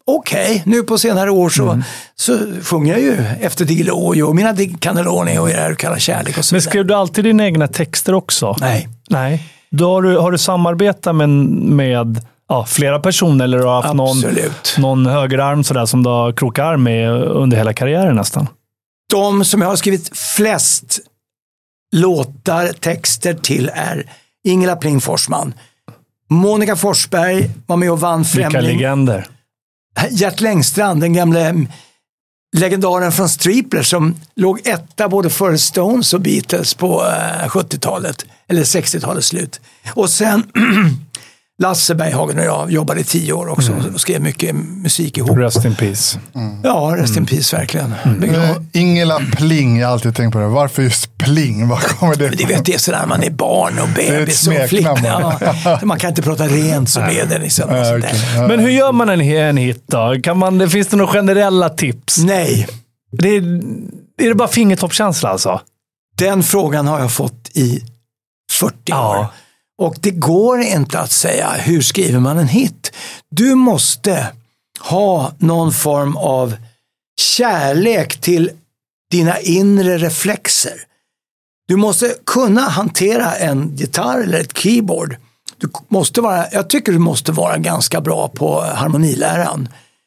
okej, okay, nu på senare år så, mm. så sjunger jag ju efter Diggiloo och mina Cannelloni och det här du kallar kärlek och så. Men skrev du alltid dina egna texter också? Nej. Nej. Då har du, har du samarbetat med, med ja, flera personer eller har du haft någon, någon högerarm sådär, som du har krokat arm med under hela karriären nästan? De som jag har skrivit flest låtar, texter till är Ingela Pling Forsman. Monica Forsberg var med och vann Främling. Vilka legender. Gert Längstrand, den gamla legendaren från Streepler som låg etta både för Stones och Beatles på sjuttiotalet eller sextiotalets slut. Och sen Lasse Berghagen och jag jobbade i tio år också mm. och skrev mycket musik ihop. Rest in peace. Mm. Ja, rest in peace verkligen. Mm. Mm. Ingela Pling, jag har alltid tänkt på det. Varför just Pling? Var kommer det? Det vet det är sådär man är barn och bebis och flicka. Ja, man kan inte prata rent så med det liksom. Ja, okay. Men hur gör man en, en hit då? Kan man, finns det några generella tips? Nej. Det är, är det bara fingertoppkänsla alltså? Den frågan har jag fått i fyrtio år. Ja. Och det går inte att säga hur skriver man en hit. Du måste ha någon form av kärlek till dina inre reflexer. Du måste kunna hantera en gitarr eller ett keyboard. Du måste vara, jag tycker du måste vara ganska bra på harmoniläran.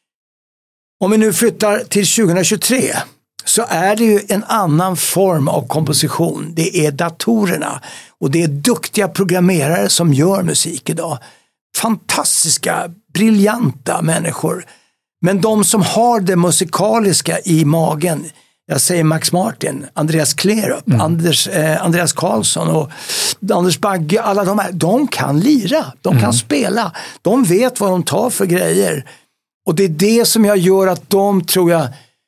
Om vi nu flyttar till tjugohundratjugotre så är det ju en annan form av komposition. Det är datorerna och det är duktiga programmerare som gör musik idag. Fantastiska, briljanta människor. Men de som har det musikaliska i magen, jag säger Max Martin, Andreas Klerup, mm. Anders, eh, Andreas Karlsson och Anders Bagge, alla de här, de kan lira, de mm. kan spela, de vet vad de tar för grejer. Och det är det som jag gör att de, tror jag,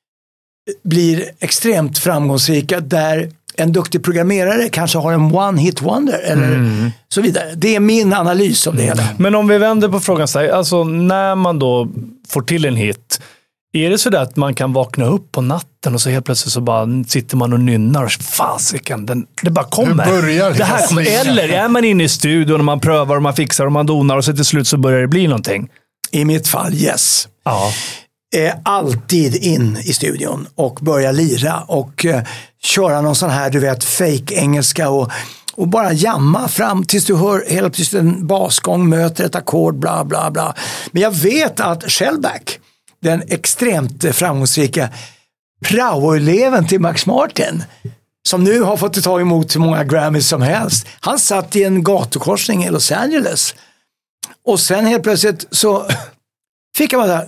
blir extremt framgångsrika, där en duktig programmerare kanske har en one hit wonder eller mm. så vidare. Det är min analys av det hela. Men om vi vänder på frågan så här, alltså när man då får till en hit, är det så där att man kan vakna upp på natten och så helt plötsligt så bara sitter man och nynnar och fasiken, den, det bara kommer. Det börjar det här kommer. Eller är man inne i studion och man prövar och man fixar och man donar och så till slut så börjar det bli någonting? I mitt fall, yes. Ja. Eh, alltid in i studion och börja lira och eh, köra någon sån här, du vet, fake engelska och, och bara jamma fram tills du hör helt plötsligt en basgång möter ett ackord, bla bla bla. Men jag vet att Shellback, den extremt framgångsrika prao-eleven till Max Martin, som nu har fått ta emot så många Grammys som helst, han satt i en gatukorsning i Los Angeles och sen helt plötsligt så fick jag bara där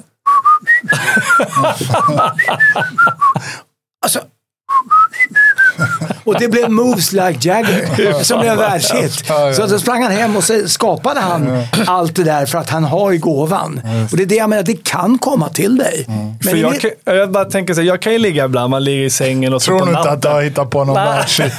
alltså och det blev Moves Like Jagger som blev världshit. Så då sprang han hem och så skapade han allt det där för att han har ju gåvan. Och det är det jag menar, det kan komma till dig. Men för jag, kan, jag bara tänker så här, jag kan ju ligga ibland, man ligger i sängen och så tror på natten. Tror du inte att du har hittat på någon världshit?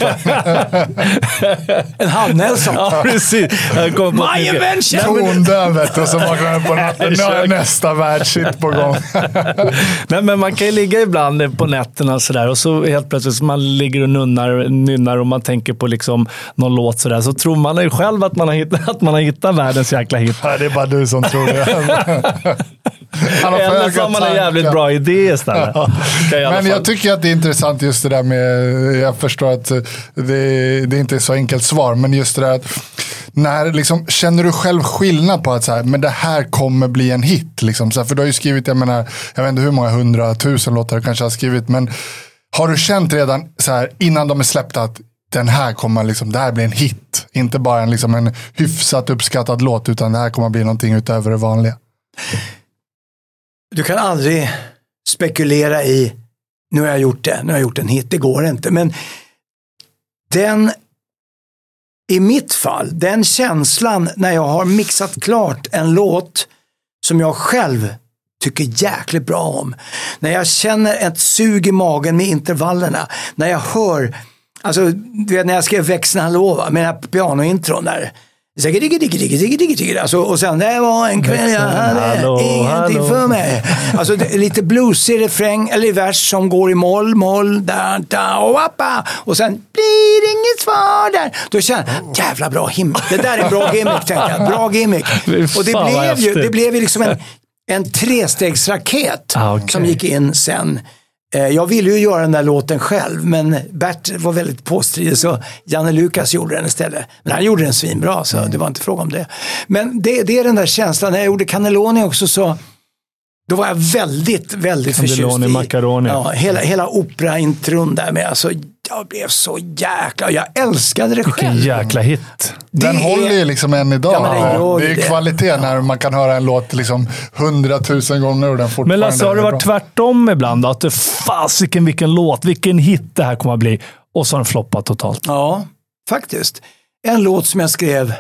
En Hamnelson. Ja, precis. My invention! Tondövet och så vaknar man på natten. Nu har jag nästa världshit på gång. Nej, men man kan ju ligga ibland på nätterna och sådär och så helt plötsligt man ligger och nunnar, nynnar och man tänker på liksom någon låt sådär, så tror man ju själv att man har hittat, att man har hittat världens jäkla hit. Ja, det är bara du som tror det. Han har eller så har man en jävligt bra idé istället. Ja. Jag Men jag tycker att det är intressant just det där med, jag förstår att det, det är inte är så enkelt svar, men just det där att när, liksom, känner du själv skillnad på att så här, men det här kommer bli en hit? Liksom, så här, för du har ju skrivit, jag menar, jag vet inte hur många hundratusen låtar du kanske har skrivit, men har du känt redan så här, innan de är släppta att den här kommer liksom, det här blir en hit? Inte bara en, liksom, en hyfsat uppskattad låt, utan det här kommer bli någonting utöver det vanliga. Du kan aldrig spekulera i, nu har jag gjort det, nu har jag gjort en hit, det går inte. Men den, i mitt fall, den känslan när jag har mixat klart en låt som jag själv tycker jäkligt bra om. När jag känner ett sug i magen med intervallerna. När jag hör, alltså du vet när jag skrev Växeln hallå med den här pianointron där. Alltså, och sen det var en kväll jag hade hallå, ingenting hallå. För mig. Alltså det är lite bluesig refräng eller vers som går i moll, moll, där, där och appa. Och sen blir det inget svar där. Då känner jag, jävla bra gimmick. Det där är en bra gimmick, tänkte jag. Bra gimmick. Och det blev ju, det blev ju liksom en en trestegsraket ah, okay. som gick in sen. Jag ville ju göra den där låten själv, men Bert var väldigt påstridig, så Janne Lukas gjorde den istället. Men han gjorde den svinbra, så mm. det var inte fråga om det. Men det, det är den där känslan. När jag gjorde Cannelloni också, så då var jag väldigt, väldigt Cannelloni, förtjust i macaroni. Ja, hela, hela operaintron där med. Alltså, jag blev så jäkla... Jag älskade det själv. Vilken jäkla hit. Den det håller ju liksom än idag. Ja, det, det är det. kvalitet ja. När man kan höra en låt liksom hundratusen gånger och den fortfarande... Men Lasse, har det varit tvärtom ibland då? Att det fasiken vilken låt, vilken hit det här kommer att bli. Och så har den floppat totalt. Ja, faktiskt. En låt som jag skrev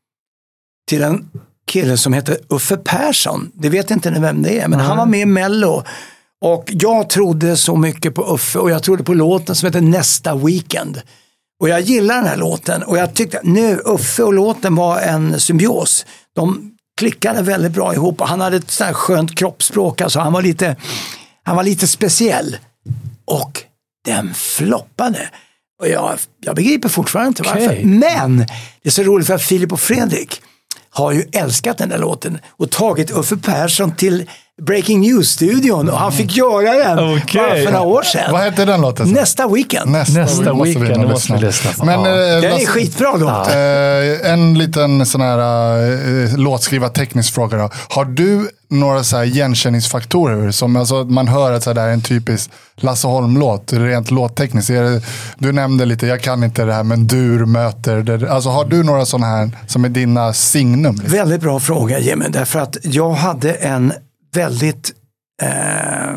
till en kille som heter Uffe Persson. Det vet inte ni vem det är, men mm. han var med i Mello. Och jag trodde så mycket på Uffe, och jag trodde på låten som heter Nästa Weekend. Och jag gillar den här låten, och jag tyckte nu Uffe och låten var en symbios. De klickade väldigt bra ihop, och han hade ett sånt här skönt kroppsspråk, alltså han var lite, han var lite speciell. Och den floppade. Och jag, jag begriper fortfarande inte varför. Okay. Men det är så roligt, för att Filip och Fredrik har ju älskat den där låten och tagit Uffe Persson till Breaking News-studion, och han fick göra den okay. bara för några år sedan. Vad heter den låten? Nästa Weekend. Nästa, Nästa måste Weekend, vi måste vi lyssna på. Men, ja. äh, den är skitbra låt. Äh, en liten sån här äh, låtskriva teknisk fråga då. Har du några så här igenkänningsfaktorer som alltså, man hör att så här, det är en typisk Lasse Holm-låt, rent låttekniskt? Är det, du nämnde lite, jag kan inte det här, men dur möter det. Alltså har du några sådana här som är dina signum? Liksom? Väldigt bra fråga, Jimmy, därför att jag hade en väldigt eh,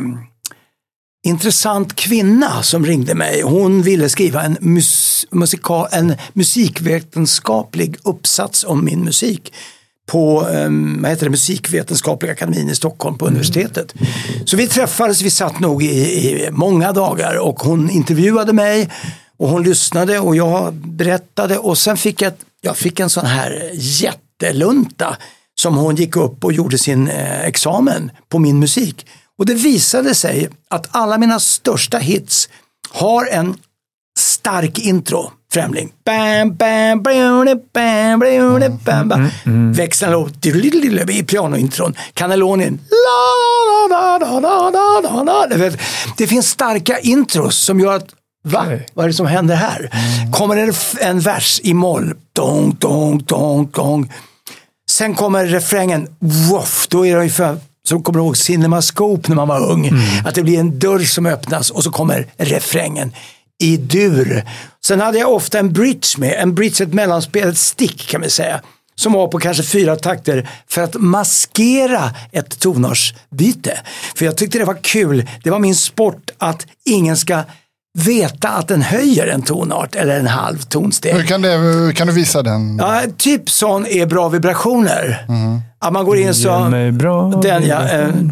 intressant kvinna som ringde mig. Hon ville skriva en, mus- musika- en musikvetenskaplig uppsats om min musik på eh, vad heter det, Musikvetenskapliga akademin i Stockholm på universitetet. Så vi träffades, vi satt nog i, i många dagar, och hon intervjuade mig och hon lyssnade och jag berättade, och sen fick jag, jag fick en sån här jättelunta som hon gick upp och gjorde sin eh, examen på min musik. Och det visade sig att alla mina största hits har en stark intro. Främling. Bam, bam, bam, bam, bam, bam, bam. Växlar upp i pianointron. Cannelloni. Det finns starka intros som gör att va? Okay. Vad är det som händer här? Mm. Kommer det en vers i moll. Dong, dong, dong, dong. Sen kommer refrängen. Woff, då är det ungefär så kommer du ihåg CinemaScope när man var ung. Mm. Att det blir en dörr som öppnas och så kommer refrängen i dur. Sen hade jag ofta en bridge med. En bridge, ett mellanspel, ett stick kan vi säga. Som var på kanske fyra takter för att maskera ett tonartsbyte. För jag tyckte det var kul. Det var min sport att ingen ska veta att den höjer en tonart eller en halv tonsteg. Hur kan, det, kan du visa den? Ja, typ sån är bra vibrationer. Mm. Att man går in så den ja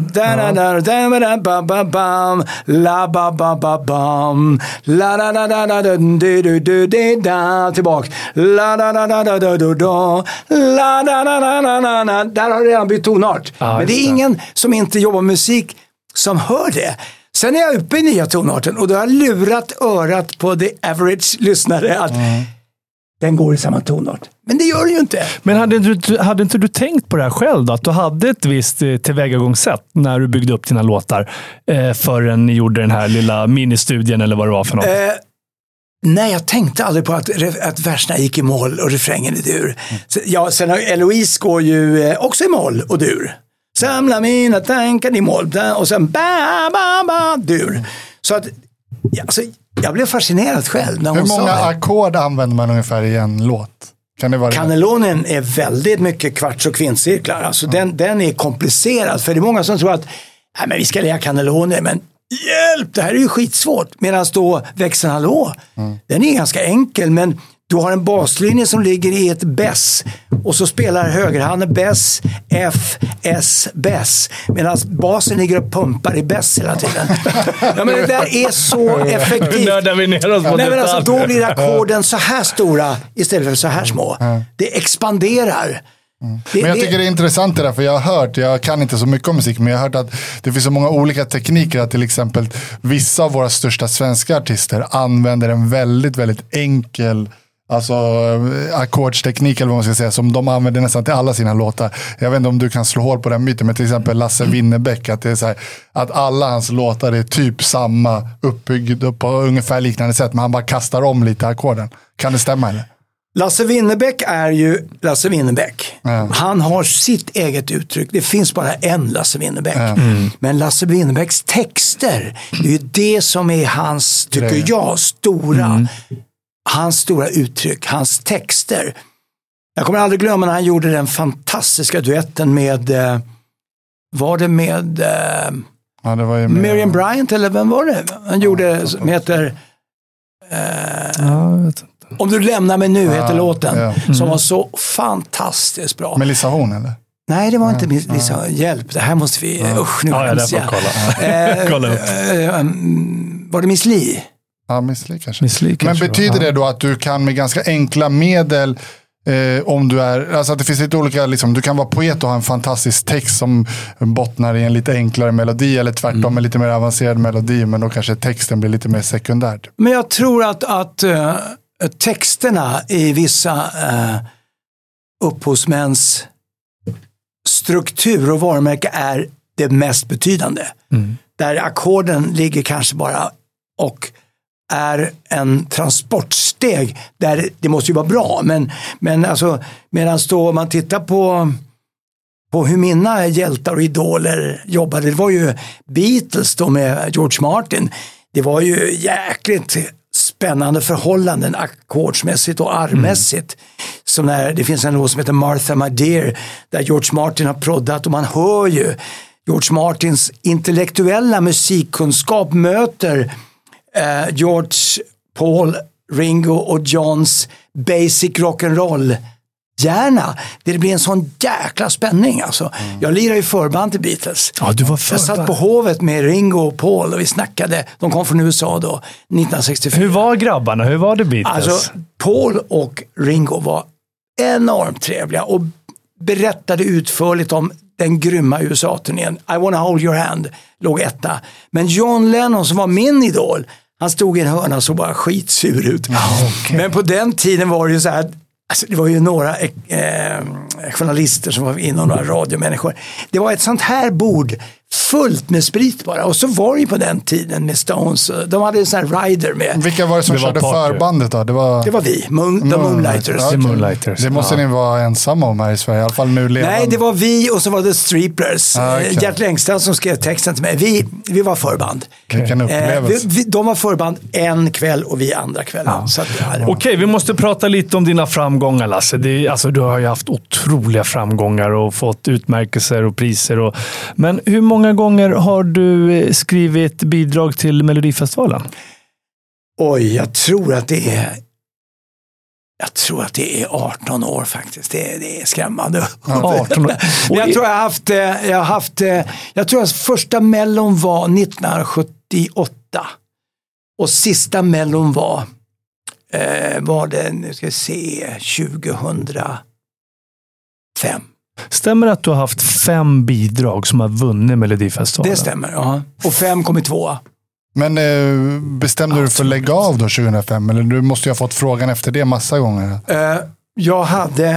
la ba ba ba bam la da da da da du du du du da tillbaka la da da da da da du da la da da da da da. Där har det redan bytt tonart. Men det är ingen som inte jobbar med musik som hör det. Sen är jag uppe i nya tonarten och då har jag lurat örat på the average lyssnare att mm. den går i samma tonart. Men det gör det ju inte. Men hade inte, hade inte du tänkt på det här själv då? Att du hade ett visst tillvägagångssätt när du byggde upp dina låtar eh, förrän ni gjorde den här lilla ministudien eller vad det var för något? Eh, nej, jag tänkte aldrig på att, att verserna gick i moll och refrängen i dur. Mm. Så, ja, sen har Eloise går ju eh, också i moll och dur. Samla mina tankar i moll och sen ba, ba, ba, dur. Så att alltså, jag blev fascinerad själv när hon Hur många sa ackord använder man ungefär i en låt? Kan det vara Cannellonen är väldigt mycket kvarts- och kvintcirklar. Alltså mm. den, den är komplicerad. För det är många som tror att nej, men vi ska lära Cannelloner, men hjälp, det här är ju skitsvårt. Medan då växeln hallå, mm. den är ganska enkel, men du har en baslinje som ligger i ett bess och så spelar högerhanden bess, F, S, bess. Medan basen ligger och pumpar i bess hela tiden. Ja, men det där är så effektivt. Vi ner oss på Nej, men alltså, då blir ackorden så här stora istället för så här små. Det expanderar. Mm. Men jag tycker det är intressant det där, för jag har hört, jag kan inte så mycket om musik, men jag har hört att det finns så många olika tekniker, att till exempel vissa av våra största svenska artister använder en väldigt, väldigt enkel Alltså ackordsteknik eller vad man ska säga, som de använder nästan till alla sina låtar. Jag vet inte om du kan slå hål på den myten, men till exempel Lasse Winnerbäck, att det är så här, att alla hans låtar är typ samma, uppbyggd på ungefär liknande sätt, men han bara kastar om lite ackorden. Kan det stämma eller? Lasse Winnerbäck är ju Lasse Winnerbäck. Mm. Han har sitt eget uttryck. Det finns bara en Lasse Winnerbäck. Mm. Men Lasse Winnerbäcks texter, det är ju det som är hans, tycker det. jag, stora mm. hans stora uttryck, hans texter. Jag kommer aldrig glömma när han gjorde den fantastiska duetten med eh, var det med eh, ja, det var ju med Miriam Bryant, eller vem var det? Han gjorde, ja, som heter eh, ja, jag vet inte. Om du lämnar mig nu, ja, heter låten, ja. mm. som var så fantastiskt bra. Melissa Horn, eller? Nej, det var inte Melissa. Ja. Hjälp, det här måste vi, ja. usch, nu ja, jag får kolla. eh, kolla upp. Eh, var det Miss Li? Ja, Miss Li kanske. Miss Li kanske. Men betyder det då att du kan med ganska enkla medel, eh, om du är, alltså att det finns lite olika, liksom, du kan vara poet och ha en fantastisk text som bottnar i en lite enklare melodi, eller tvärtom mm. en lite mer avancerad melodi, men då kanske texten blir lite mer sekundär. Men jag tror att, att uh, texterna i vissa uh, upphovsmäns struktur och varumärke är det mest betydande. Mm. Där ackorden ligger kanske bara och är en transportsteg där det måste ju vara bra, men, men alltså medan då man tittar på på hur mina hjältar och idoler jobbade, det var ju Beatles då med George Martin, det var ju jäkligt spännande förhållanden ackordsmässigt och armmässigt. Mm. Som när det finns en låt som heter Martha My Dear där George Martin har proddat, och man hör ju George Martins intellektuella musikkunskap möter eh, George, Paul, Ringo och Johns basic rock'n'roll hjärna. Det blir en sån jäkla spänning alltså. Mm. Jag lirar ju förband till Beatles. Ja, du var förband. Jag satt på Hovet med Ringo och Paul och vi snackade. De kom från U S A då, nittonhundrasextiofyra. Hur var grabbarna? Hur var det Beatles? Alltså, Paul och Ringo var enormt trevliga och berättade utförligt om den grymma U S A-turnén. I wanna hold your hand låg etta. Men John Lennon, som var min idol, han stod i en hörna och såg bara skitsur ut. Oh, okay. Men på den tiden var det ju så här, alltså det var ju några eh, journalister som var inne och några radiomänniskor. Det var ett sånt här bord fullt med sprit bara. Och så var det ju på den tiden med Stones. De hade en sån här rider med. Vilka var det som det körde förbandet då? Det var, det var vi, Moon, The Moonlighters. Ja, Moonlighters. Det måste ja. ni vara ensamma om här i Sverige, i alla fall nu levande. Nej, det var vi och så var det Streepers. Ah, okay. Gert Längstrand som skrev texten till mig. Vi, vi var förband. Vilken upplevelse. Eh, vi, vi, de var förband en kväll och vi andra kvällen. Ja. Så att, ja, Okej, okay, vi måste prata lite om dina framgångar, Lasse. Det är, alltså, du har ju haft otroliga framgångar och fått utmärkelser och priser. Och, men hur många gånger har du skrivit bidrag till Melodifestivalen? Oj, jag tror att det är jag tror att det är arton år faktiskt. Det är, det är skrämmande. arton år. jag tror jag har haft jag har haft jag tror att första Mellon var nittonhundrasjuttioåtta och sista Mellon var eh, var det, nu ska vi se, tjugohundrafem. Stämmer det att du har haft fem bidrag som har vunnit Melodifestivalen? Det stämmer, ja. Och fem kom i tvåa. Men eh, bestämde ja, du för att lägga av då tjugohundrafem? Eller du måste ju ha fått frågan efter det massa gånger. Uh, jag hade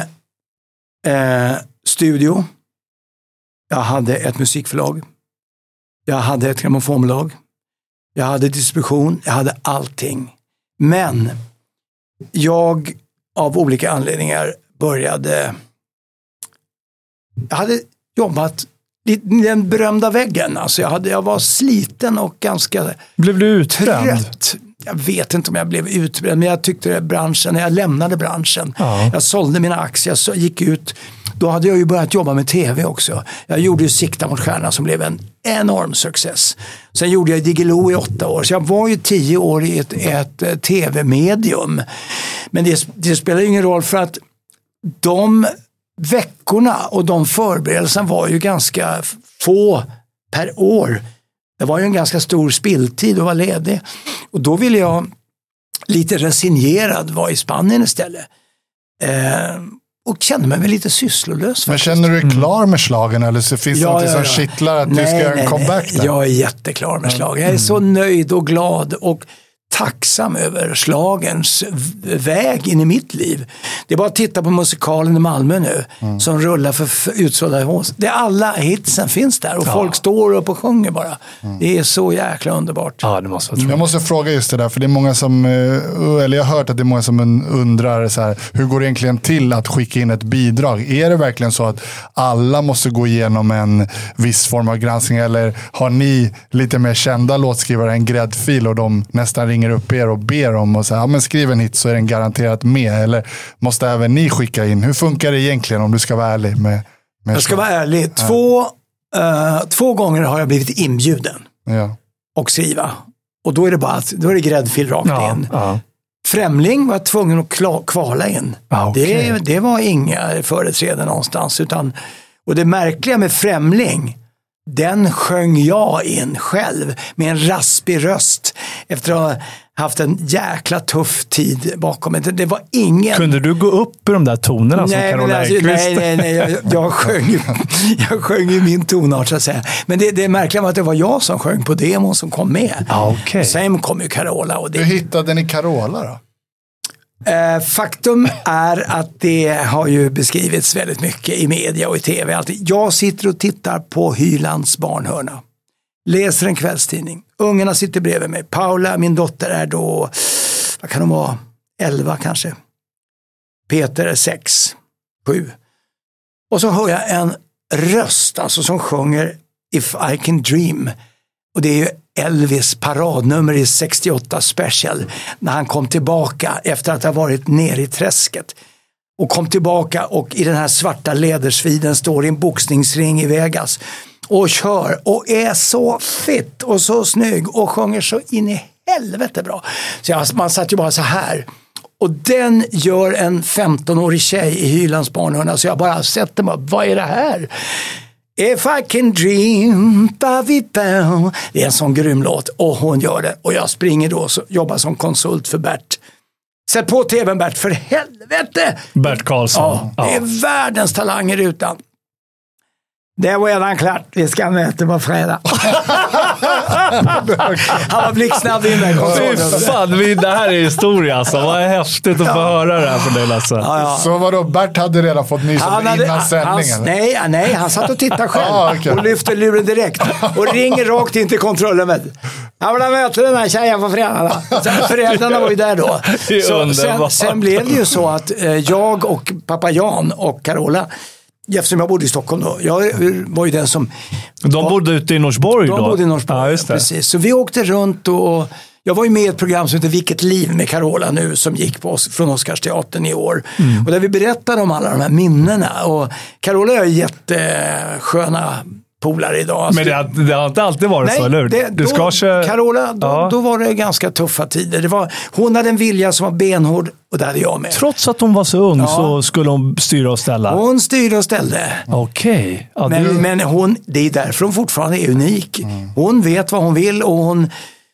uh, studio. Jag hade ett musikförlag. Jag hade ett grammofonbolag. Jag hade distribution. Jag hade allting. Men jag av olika anledningar började... Jag hade jobbat i den berömda väggen. Alltså jag, hade, jag var sliten och ganska blev du utbränd? Trött. Jag vet inte om jag blev utbränd, men jag tyckte det branschen, när jag lämnade branschen. Ja. Jag sålde mina aktier, jag gick ut. Då hade jag ju börjat jobba med tv också. Jag gjorde ju Sikta mot stjärnan som blev en enorm success. Sen gjorde jag Diggiloo i åtta år. Så jag var ju tio år i ett, ett tv-medium. Men det, det spelar ingen roll, för att de veckorna och de förberedelserna var ju ganska få per år. Det var ju en ganska stor spilltid att vara ledig. Och då ville jag lite resignerad vara i Spanien istället. Eh, och kände mig väl lite sysslolös. Men faktiskt. Känner du dig klar med slagen, eller så finns ja, det något ja, ja. som kittlar att nej, du ska göra en comeback där? Jag är jätteklar med slagen. Jag är mm. så nöjd och glad och tacksam över slagens väg in i mitt liv. Det är bara att titta på musikalen i Malmö nu mm. som rullar för utsålda hus. Det är alla hitsen finns där och ja. folk står upp och sjunger bara. Mm. Det är så jäkla underbart. Ja, det måste vara jag måste fråga just det där, för det är många som, eller jag har hört att det är många som undrar så här, hur går det egentligen till att skicka in ett bidrag? Är det verkligen så att alla måste gå igenom en viss form av granskning, eller har ni lite mer kända låtskrivare en gräddfil och de nästan ringer upp er och ber om och säger, ja men skriv en hit så är den garanterat med, eller måste även ni skicka in? Hur funkar det egentligen om du ska vara ärlig med, med jag ska vara ärlig, två, uh, två gånger har jag blivit inbjuden ja. och skriva, och då är det bara då är det gräddfil rakt ja, in ja. Främling var tvungen att kla- kvala in ah, okay. det, det var inga företräden någonstans, utan, och det märkliga med Främling, den sjöng jag in själv med en raspig röst efter att ha haft en jäkla tuff tid bakom mig. Det var ingen... Kunde du gå upp i de där tonerna nej, som Carola alltså, nej, nej, nej. Jag, jag, sjöng ju, jag sjöng ju min tonart så att säga. Men det, det märkliga var att det var jag som sjöng på demon som kom med. Ah, okay. Sen kom ju Carola. Och det... Hur hittade ni Carola då? Eh, faktum är att det har ju beskrivits väldigt mycket i media och i tv. Alltid. Jag sitter och tittar på Hylands barnhörna. Läser en kvällstidning. Ungarna sitter bredvid mig. Paula, min dotter, är då, vad kan de vara? elva kanske. Peter är sex, sju. Och så hör jag en röst alltså, som sjunger If I Can Dream. Och det är ju Elvis paradnummer i sextioåtta special, när han kom tillbaka efter att ha varit nere i träsket och kom tillbaka och i den här svarta lädersviden står i en boxningsring i Vegas och kör och är så fit och så snygg och sjunger så in i helvete bra. Så jag, man satt ju bara så här. Och den gör en femtonårig tjej i Hylands barnhörna, så jag bara sett den bara, vad är det här? If I can dream, ba-vi-ba. Det är en sån grym låt och hon gör det. Och jag springer då och jobbar som konsult för Bert. Sätt på tvn Bert, för helvete! Bert Karlsson. Ja, det är ja. världens talanger utan. Det var redan klart. Vi ska möta på fredag. Han var blixtsnabb in där. Fan, vi, det här är historia alltså. Vad är häftigt att få ja. höra det här från dig alltså. Ja, ja. Så vadå, Bert hade redan fått nys om det innan sändningen? Nej, nej, han satt och tittade själv. ah, okay. Och lyfte luren direkt. Och ringer rakt in till kontrollrummet. Jag vill möta den här tjejen på fredag. Föräldrarna var ju där då. Så, sen, sen blev det ju så att eh, jag och pappa Jan och Carola, eftersom jag bodde i Stockholm då. Jag var ju den som... De bodde ute i Norsborg de då? De bodde i Norsborg, ja, just det. Precis. Så vi åkte runt och... Jag var ju med i ett program som heter Vilket liv med Carola nu, som gick på oss från Oscarsteatern i år. Mm. Och där vi berättade om alla de här minnena. Och Carola är jättesköna polare idag. Men det har, det har inte alltid varit nej, så, eller hur? Det, du då, ska köra... Carola, då, ja. då var det ganska tuffa tider. Det var, hon hade en vilja som var benhård och där hade jag med. Trots att hon var så ung ja. så skulle hon styra och ställa? Hon styrde och ställde. Okej. Okay. Ja, men, du... men hon, det är därför hon fortfarande är unik. Mm. Hon vet vad hon vill och hon...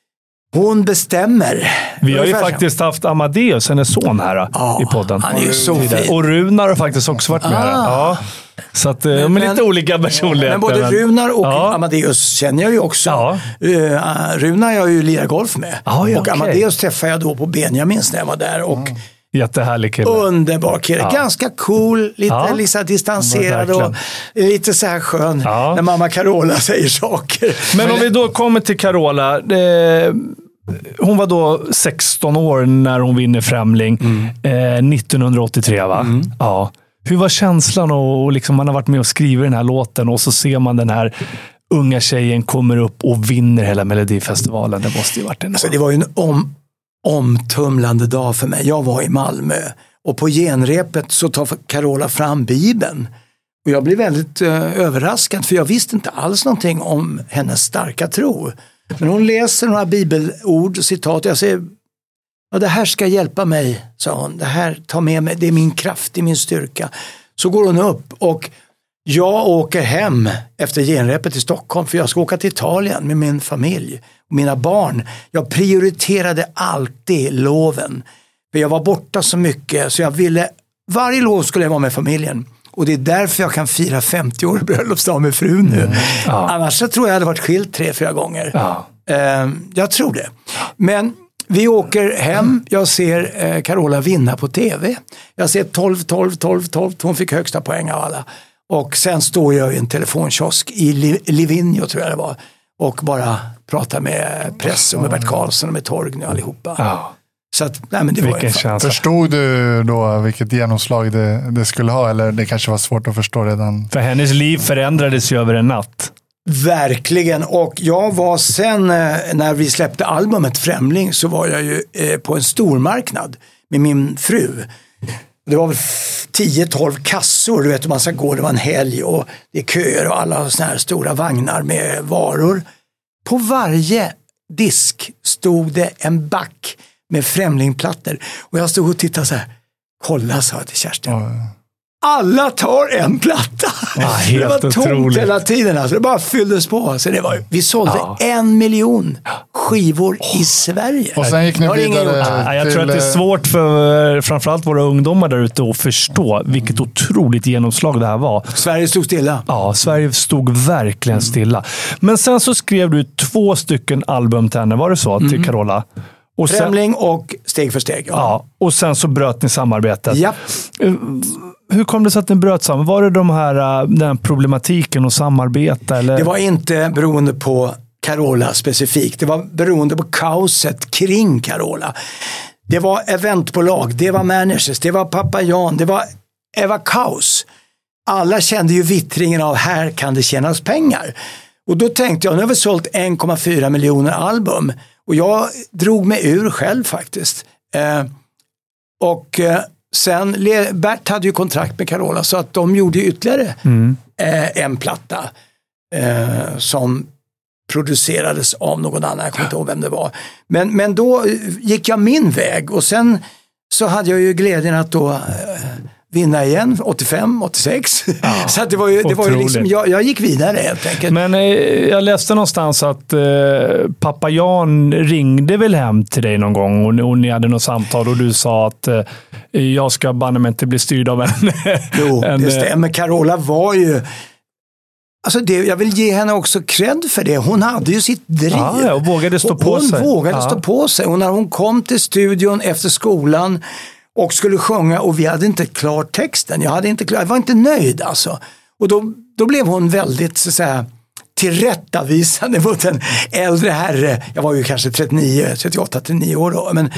Hon bestämmer. Vi har ju faktiskt haft Amadeus, hennes son här ja, i podden. Han är ju så fin. Och Runar har faktiskt också varit med ah. här. Ja. Så att, men, med lite olika personligheter. Men både Runar och ja. Amadeus känner jag ju också. Ja. Uh, Runar jag ju lirar golf med. Ah, ja, och okay. Amadeus träffade jag då på Benjamins när jag var där. Och mm. Jättehärlig kille. Underbar kille. Ja. Ganska cool, lite ja. liksom distanserad och lite så här skön ja. när mamma Carola säger saker. Men om vi då kommer till Carola. Det... Hon var då sexton år när hon vinner Främling. Mm. Eh, nittonhundraåttiotre va? Mm. Ja. Hur var känslan och, och liksom man har varit med och skrivit den här låten och så ser man den här unga tjejen kommer upp och vinner hela Melodifestivalen. Det måste ju varit en... Alltså, det var ju en om, omtumlande dag för mig. Jag var i Malmö och på genrepet så tar Carola fram Bibeln. Och jag blev väldigt uh, överraskad för jag visste inte alls någonting om hennes starka tro. Men hon läser några bibelord och citat. Jag säger, ja, det här ska hjälpa mig, sa hon. Det här tar med mig, det är min kraft, det är min styrka. Så går hon upp och jag åker hem efter genrepet i Stockholm för jag ska åka till Italien med min familj och mina barn. Jag prioriterade alltid loven. För jag var borta så mycket så jag ville, varje lov skulle jag vara med familjen. Och det är därför jag kan fira femtio år bröllopsdag med frun nu. Mm. Ja. Annars så tror jag jag hade varit skilt tre, fyra gånger. Ja. Uh, jag tror det. Men vi åker hem. Jag ser eh, Carola vinna på tv. Jag ser tolv, tolv, tolv, tolv. Hon fick högsta poäng av alla. Och sen står jag i en telefonkiosk i Livigno, tror jag det var. Och bara pratar med press och med Bert Karlsson och med Torgny och allihopa. Ja. Så att, nej, men det var en Förstod du då vilket genomslag det, det skulle ha? Eller det kanske var svårt att förstå redan? För hennes liv förändrades ju över en natt. Verkligen. Och jag var sen, när vi släppte albumet Främling, så var jag ju på en stormarknad med min fru. Det var väl tio tolv kassor, du vet hur man ska gå, det var en helg och det är köer och alla såna här stora vagnar med varor. På varje disk stod det en back med Främlingplattor. Och jag stod och tittade så här. Kolla, sa jag till Kerstin. Ja. Alla tar en platta. Ja, det var tomt otroligt. Hela tiden. Alltså. Det bara fylldes på. Så det var, vi sålde ja. en miljon skivor oh. i Sverige. Och sen gick ni vidare ja, jag till... tror att det är svårt för framförallt våra ungdomar där ute att förstå vilket otroligt genomslag det här var. Sverige stod stilla. Ja, Sverige stod verkligen stilla. Men sen så skrev du två stycken album till henne, var det så? Till mm. Carola? Och sen, Främling och Steg för steg. Ja. ja, och sen så bröt ni samarbetet. Ja. Hur kom det sig att ni bröt samman? Var det de här, den här problematiken och samarbeta? Eller? Det var inte beroende på Carola specifikt. Det var beroende på kaoset kring Carola. Det var eventbolag, det var managers, det var pappa Jan, det var Eva Kaos. Alla kände ju vittringen av här kan det tjänas pengar. Och då tänkte jag, nu har vi sålt en komma fyra miljoner album. Och jag drog mig ur själv faktiskt. Eh, och eh, sen, Bert hade ju kontrakt med Carola så att de gjorde ytterligare mm. eh, en platta eh, som producerades av någon annan. Jag kommer inte ihåg vem det var. Men, men då gick jag min väg och sen så hade jag ju glädjen att då eh, vinna igen, åttiofem, åttiosex. Ja, så att det var ju, det var ju liksom, jag, jag gick vidare helt enkelt. Men eh, jag läste någonstans att eh, pappa Jan ringde väl hem till dig någon gång och, och ni hade något samtal och du sa att eh, jag ska banne mig inte bli styrd av en... Jo, en, det stämmer. Carola var ju... Alltså det, jag vill ge henne också cred för det. Hon hade ju sitt driv. Ja, och vågade stå på hon sig. Hon vågade ja. stå på sig. Och när hon kom till studion efter skolan och skulle sjunga och vi hade inte klart texten. Jag, hade inte klar, jag var inte nöjd alltså. Och då, då blev hon väldigt så att säga, tillrättavisande mot en äldre herre. Jag var ju kanske trettionio, trettioåtta, trettionio år då. Men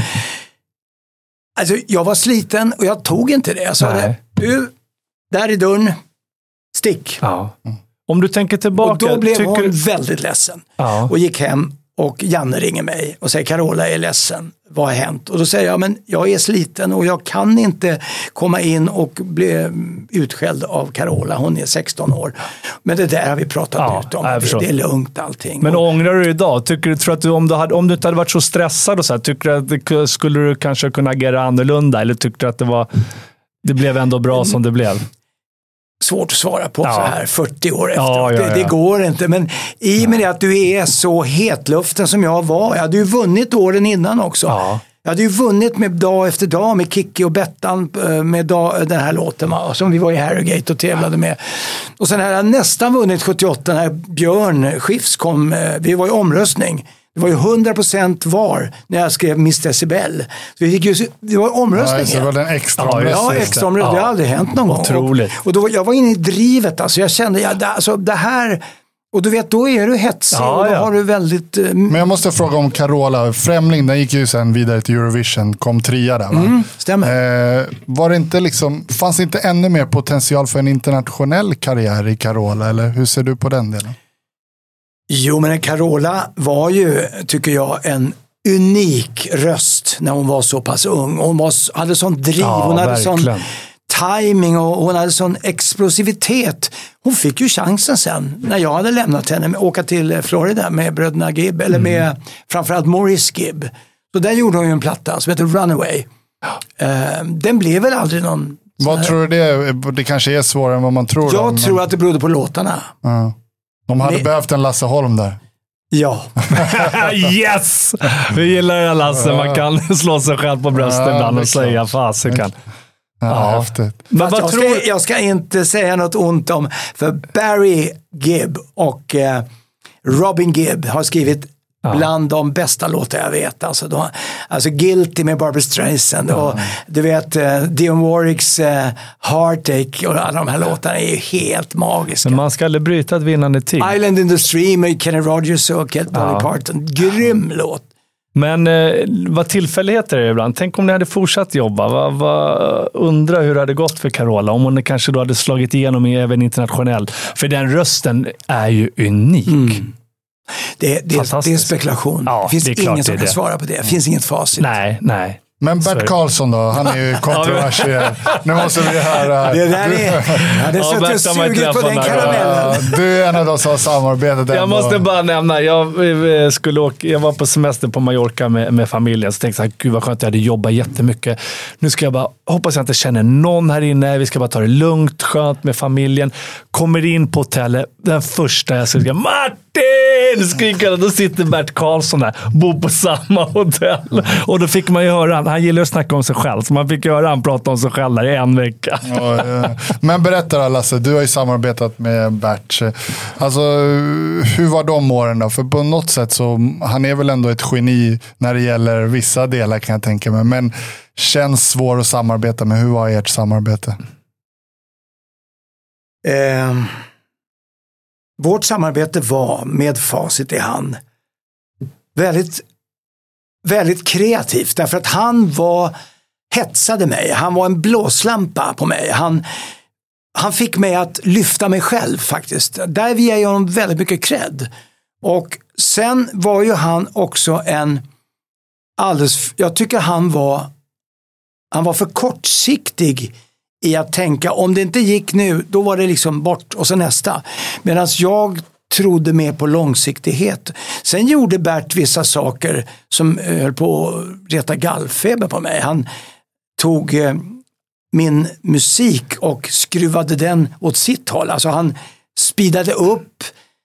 alltså, jag var sliten och jag tog inte det. Jag sa det, du, där är dörren, stick. Ja. Om du tänker tillbaka... Och då blev tycker... hon väldigt ledsen. Ja. Och gick hem och Janne ringer mig och säger Carola är ledsen. Vad har hänt? Och då säger jag, men jag är sliten och jag kan inte komma in och bli utskälld av Carola. Hon är sexton år. Men det där har vi pratat ja, ut om. Det, det är lugnt allting. Men och, ångrar du idag? Tycker du, tror att du, om, du hade, om du inte hade varit så stressad och så här, tycker du att det, skulle du kanske kunna agera annorlunda? Eller tyckte du att det var det blev ändå bra som det blev? Svårt att svara på ja. så här fyrtio år efter. Ja, ja, ja. Det, det går inte. Men i och med det att du är så hetluften som jag var. Jag hade ju vunnit åren innan också. Ja. Jag hade ju vunnit med dag efter dag med Kikki och Bettan med dag, den här låten som vi var i Harrogate och tävlade med. Och sen har jag nästan vunnit sjuttioåtta när Björn Skifs kom. Vi var i omröstning. Det var ju hundra procent var när jag skrev Miss Decibel. Så vi fick ju, det var omröstning. Ja, så var det en extra omröstning. Ja, extra omröstning. Det har aldrig hänt någon gång. Otroligt. Och, och då, jag var inne i drivet. Alltså jag kände, ja, det, alltså, det här... Och du vet, då är du hetsig ja, och då ja. har du väldigt... Uh, Men jag måste fråga om Carola. Främling, den gick ju sen vidare till Eurovision. Kom trea där, va? Mm, stämmer. Eh, var det inte liksom... Fanns det inte ännu mer potential för en internationell karriär i Carola? Eller hur ser du på den delen? Jo, men Carola var ju, tycker jag, en unik röst när hon var så pass ung. Hon var, hade sån driv, ja, hon hade verkligen. sån timing och hon hade sån explosivitet. Hon fick ju chansen sen, när jag hade lämnat henne, med åka till Florida med bröderna Gibb, eller med mm. framförallt Maurice Gibb. Så där gjorde hon ju en platta som heter Runaway. Uh, den blev väl aldrig någon... Vad tror du det? Det kanske är svårare än vad man tror. Jag då, tror men... att det berodde på låtarna. Uh. De hade Men... behövt en Lasse Holm där. Ja. Yes! Vi gillar det, Lasse. Man kan slå sig själv på bröstet ja, ibland och säga fasiken. Ja, ja. häftigt. Men vad jag, tror... ska, jag ska inte säga något ont om, för Barry Gibb och eh, Robin Gibb har skrivit Ja. Bland de bästa låtar jag vet. Alltså, då, alltså Guilty med Barbra Streisand. Ja. Och du vet, uh, Dionne Warwicks uh, Heartache och alla de här låtarna är ju helt magiska. Men man ska aldrig bryta ett vinnande team. Island in the Stream med Kenny Rogers och Dolly Ja. Parton. Grym låt. Men eh, vad tillfälligheter är det ibland. Tänk om ni hade fortsatt jobba. Vad, vad, undra hur det hade gått för Carola. Om hon kanske då hade slagit igenom även internationellt. För den rösten är ju unik. Mm. Det, det, det är spekulation. Ja, det finns det är klart ingen som det är kan det. svara på det. Det finns inget facit. Nej, nej. Men Bert Karlsson då, han är ju kontroversiell. Nu måste vi höra. Det där är... Jag hade Ja, suttit och Bert har man sugit på träffat den några karamellen. Ja, du är en av de som har samarbetat. Jag ändå. måste bara nämna, jag, eh, skulle åka, jag var på semester på Mallorca med, med familjen, så tänkte jag, gud vad skönt, jag hade jobbat jättemycket. Nu ska jag bara, hoppas jag inte känner någon här inne, vi ska bara ta det lugnt, skönt med familjen. Kommer in på hotellet, den första jag ska Martin! Skriker och då sitter Bert Karlsson där, bor på samma hotell. Och då fick man ju höra, han, han gillar att snacka om sig själv, så man fick höra han prata om sig själv där i en vecka. Ja, ja. Men berätta då, Lasse, du har ju samarbetat med Bert. Alltså, hur var de åren då? För på något sätt så, han är väl ändå ett geni när det gäller vissa delar kan jag tänka mig. Men känns svår att samarbeta med. Hur var ert samarbete? Eh, vårt samarbete var, med facit i hand, väldigt, väldigt kreativt. Därför att han var, hetsade mig. Han var en blåslampa på mig. Han, han fick mig att lyfta mig själv faktiskt. Där vi ger honom väldigt mycket cred. Och sen var ju han också en alldeles, jag tycker han var han var för kortsiktig i att tänka, om det inte gick nu, då var det liksom bort och så nästa. Medan jag trodde mer på långsiktighet. Sen gjorde Bert vissa saker som höll på att reta gallfeber på mig. Han tog eh, min musik och skruvade den åt sitt håll. Alltså han speedade upp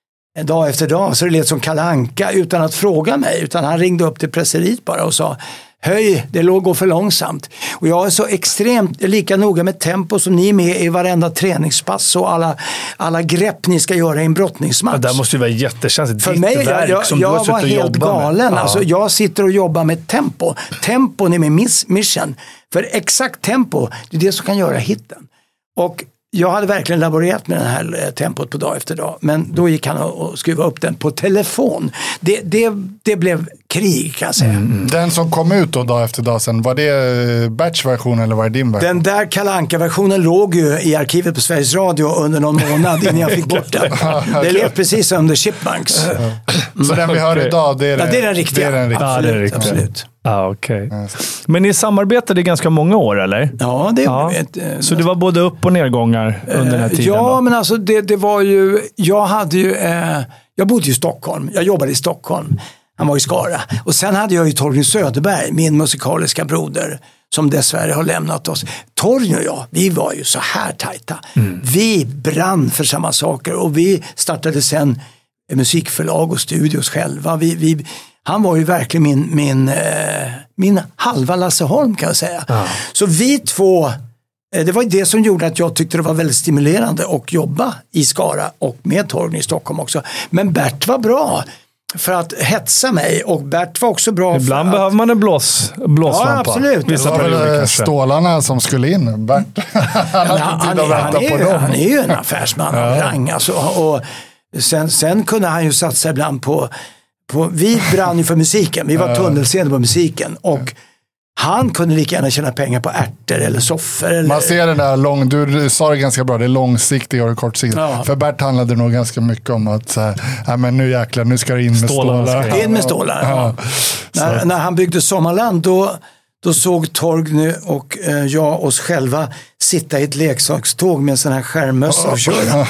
dag efter dag, så det lät som Kalle Anka utan att fråga mig. Utan han ringde upp till presseriet bara och sa, höj, det låg gå för långsamt. Och jag är så extremt lika noga med tempo som ni är med i varenda träningspass och alla, alla grepp ni ska göra i en brottningsmatch. Ja, det måste ju vara jättekänsligt. För Ditt mig, verk jag, som jag du har var suttit och helt jobbat galen. med. Ja. Alltså, jag sitter och jobbar med tempo. Tempon är min miss- mission. För exakt tempo, det är det som kan göra hitten. Och jag hade verkligen laborerat med den här tempot på dag efter dag. Men då gick han och skruva upp den på telefon. Det, det, det blev krig kan jag säga. Mm. Den som kom ut då dag efter dag sen, var det Berts version eller var det din version? Den där Kalle Anka-versionen låg ju i arkivet på Sveriges Radio under någon månad innan jag fick bort den. Det lät precis som The Chipmunks. Mm. Så den vi hör Okay. idag, det är, ja, det är den riktiga. Det är den riktiga. Absolut, Ja, det är riktigt. absolut. Ah, okay. Men ni samarbetade ganska många år, eller? Ja, det ja. Ett, Så det var både upp- och nedgångar under den här tiden? Ja, då? men alltså det, det var ju... Jag hade ju... Eh, jag bodde i Stockholm. Jag jobbade i Stockholm. Han var i Skara. Och sen hade jag ju Torgny Söderberg, min musikaliska broder, som dessvärre har lämnat oss. Torgny och jag, vi var ju så här tajta. Mm. Vi brann för samma saker och vi startade sen musikförlag och studios själva. Vi... vi Han var ju verkligen min, min, eh, min halva Lasse Holm kan jag säga. Ja. Så vi två, eh, det var det som gjorde att jag tyckte det var väldigt stimulerande att jobba i Skara och med Torgny i Stockholm också. Men Bert var bra för att hetsa mig och Bert var också bra. Ibland för behöver att... man en blås, blåslampa. Ja, absolut. Det var väl stålarna som skulle in. Bert. Han hade han, inte han, tid att vänta han, på är, dem. han är ju en affärsman av rang. Alltså, och sen, sen kunde han ju satsa ibland på På, vi brann ju för musiken. Vi var tunnelseende på musiken. Och han kunde lika gärna tjäna pengar på ärtor eller soffor. Eller... Man ser den där lång... Du sa det ganska bra. Det är långsiktigt och kortsiktigt. Ja. För Bert handlade nog ganska mycket om att så här, nej, men nu jäklar, nu ska det in med stålar. stålar. In med stålar, ja. ja. När, när han byggde Sommarland, då, då såg Torgny och eh, jag oss själva sitta i ett leksakståg med en sån här skärmmössa och köra.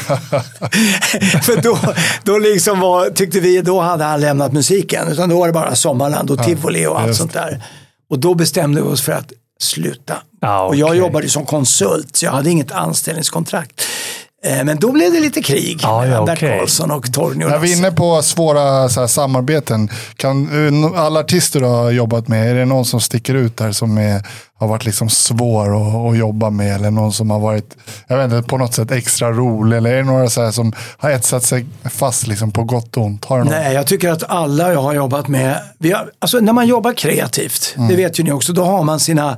För då, då liksom var, tyckte vi, då hade han lämnat musiken. Utan då var det bara Sommarland och Tivoli och allt just. Sånt där. Och då bestämde vi oss för att sluta. Ah, okay. Och jag jobbade som konsult, så jag hade inget anställningskontrakt. Men då blev det lite krig ah, ja, Bert okay. Karlsson och Torgny och När vi är inne på svåra så här, samarbeten, kan alla artister du har jobbat med, är det någon som sticker ut där som är, har varit liksom svår att, att jobba med, eller någon som har varit, jag vet inte, på något sätt extra rolig, eller är det några så här som har etsat sig fast liksom på gott och ont? Har du någon? Nej, jag tycker att alla jag har jobbat med, vi har, alltså när man jobbar kreativt, mm. det vet ju ni också, då har man sina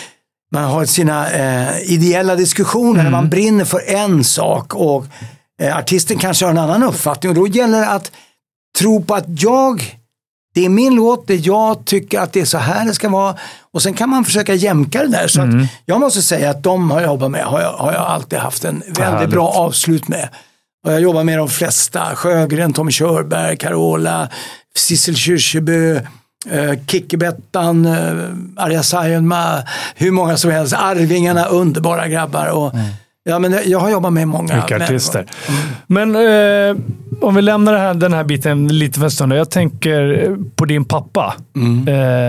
man har sina eh, ideella diskussioner mm. när man brinner för en sak och eh, artisten kanske har en annan uppfattning, och då gäller det att tro på att jag det är min låt, det jag tycker att det är så här det ska vara. Och sen kan man försöka jämka det där. Så mm. att jag måste säga att de har jag jobbat med har jag, har jag alltid haft en väldigt Härligt. bra avslut med. Och jag jobbar med de flesta. Sjögren, Tommy Körberg, Carola, Sissel Kyrkjebø, eh, Kickebettan, eh, Arja Saijonmaa, hur många som helst. Arvingarna, underbara grabbar. Och, mm. ja, men jag har jobbat med många. Mycket artister. Men... Mm. Eh, om vi lämnar det här, den här biten lite för en stund. Jag tänker på din pappa. Mm.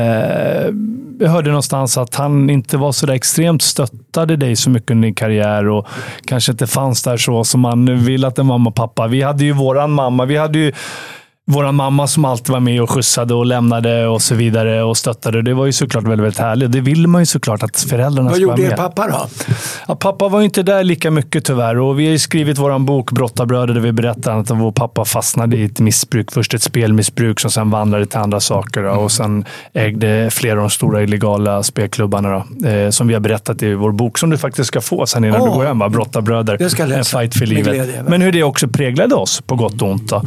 Eh, jag hörde någonstans att han inte var så där extremt stöttade dig så mycket under din karriär och kanske inte fanns där så som man vill att en mamma och pappa. Vi hade ju våran mamma. Vi hade ju våran mamma som alltid var med och skjutsade och lämnade och så vidare och stöttade. Det var ju såklart väldigt, väldigt härligt. Det vill man ju såklart att föräldrarna Vad ska vara med. Vad gjorde er pappa då? Ja, pappa var ju inte där lika mycket tyvärr, och vi har ju skrivit våran bok Brottarbröder där vi berättar att vår pappa fastnade i ett missbruk. Först ett spelmissbruk som sen vandrade till andra saker, då, och sen ägde flera av de stora illegala spelklubbarna då, eh, som vi har berättat i vår bok som du faktiskt ska få sen innan oh, du går hem. Brottarbröder, en fight för livet. Glädje, men hur det också präglade oss på gott och ont då.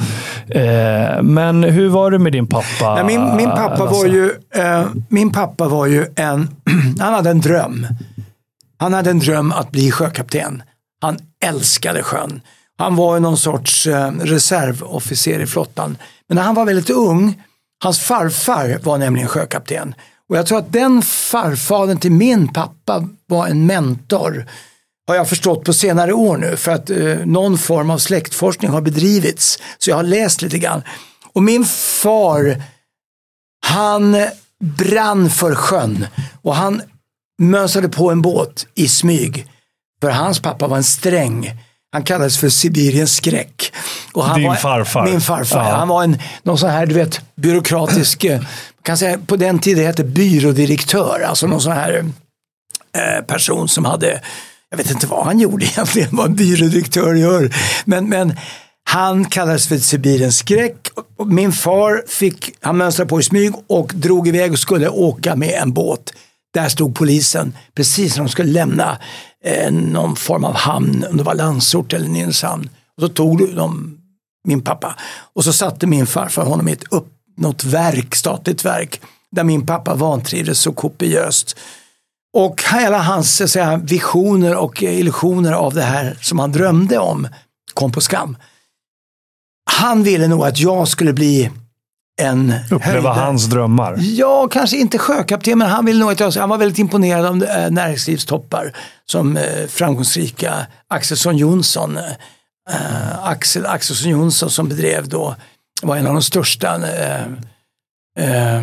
Eh, Men hur var det med din pappa? Nej, min, min, pappa var ju, eh, min pappa var ju en... Han hade en dröm. Han hade en dröm att bli sjökapten. Han älskade sjön. Han var ju någon sorts eh, reservofficer i flottan. Men när han var väldigt ung, hans farfar var nämligen sjökapten. Och jag tror att den farfadern till min pappa var en mentor. Har jag förstått på senare år nu. För att eh, någon form av släktforskning har bedrivits. Så jag har läst lite grann. Och min far, han brann för sjön. Och han mönsade på en båt i smyg. För hans pappa var en sträng. Han kallades för Sibiriens skräck. Och han Din var, farfar. Min farfar. Ja. Han var en, någon sån här, du vet, byråkratisk, kan säga, på den tiden hette byrådirektör. Alltså någon sån här eh, person som hade, jag vet inte vad han gjorde egentligen, vad en byrådirektör gör. Men, men han kallades för Sibiriens skräck. Min far fick, han mönstrade på i smyg och drog iväg och skulle åka med en båt. Där stod polisen precis när de skulle lämna eh, någon form av hamn, om det var Landsort eller Nynäshamn. Och så tog de min pappa. Och så satte min farfar honom i ett upp, något verk, statligt verk, där min pappa vantrivdes så kopiöst. Och hela hans så att säga, visioner och illusioner av det här som han drömde om kom på skam. Han ville nog att jag skulle bli en uppleva höjder. Hans drömmar. Ja, kanske inte sjökapten, men han ville nog att jag, han var väldigt imponerad av äh, näringslivstoppar som äh, framgångsrika Axelsson Jonsson. Äh, Axel Axelsson Jonsson som bedrev då, var en av de största äh, äh,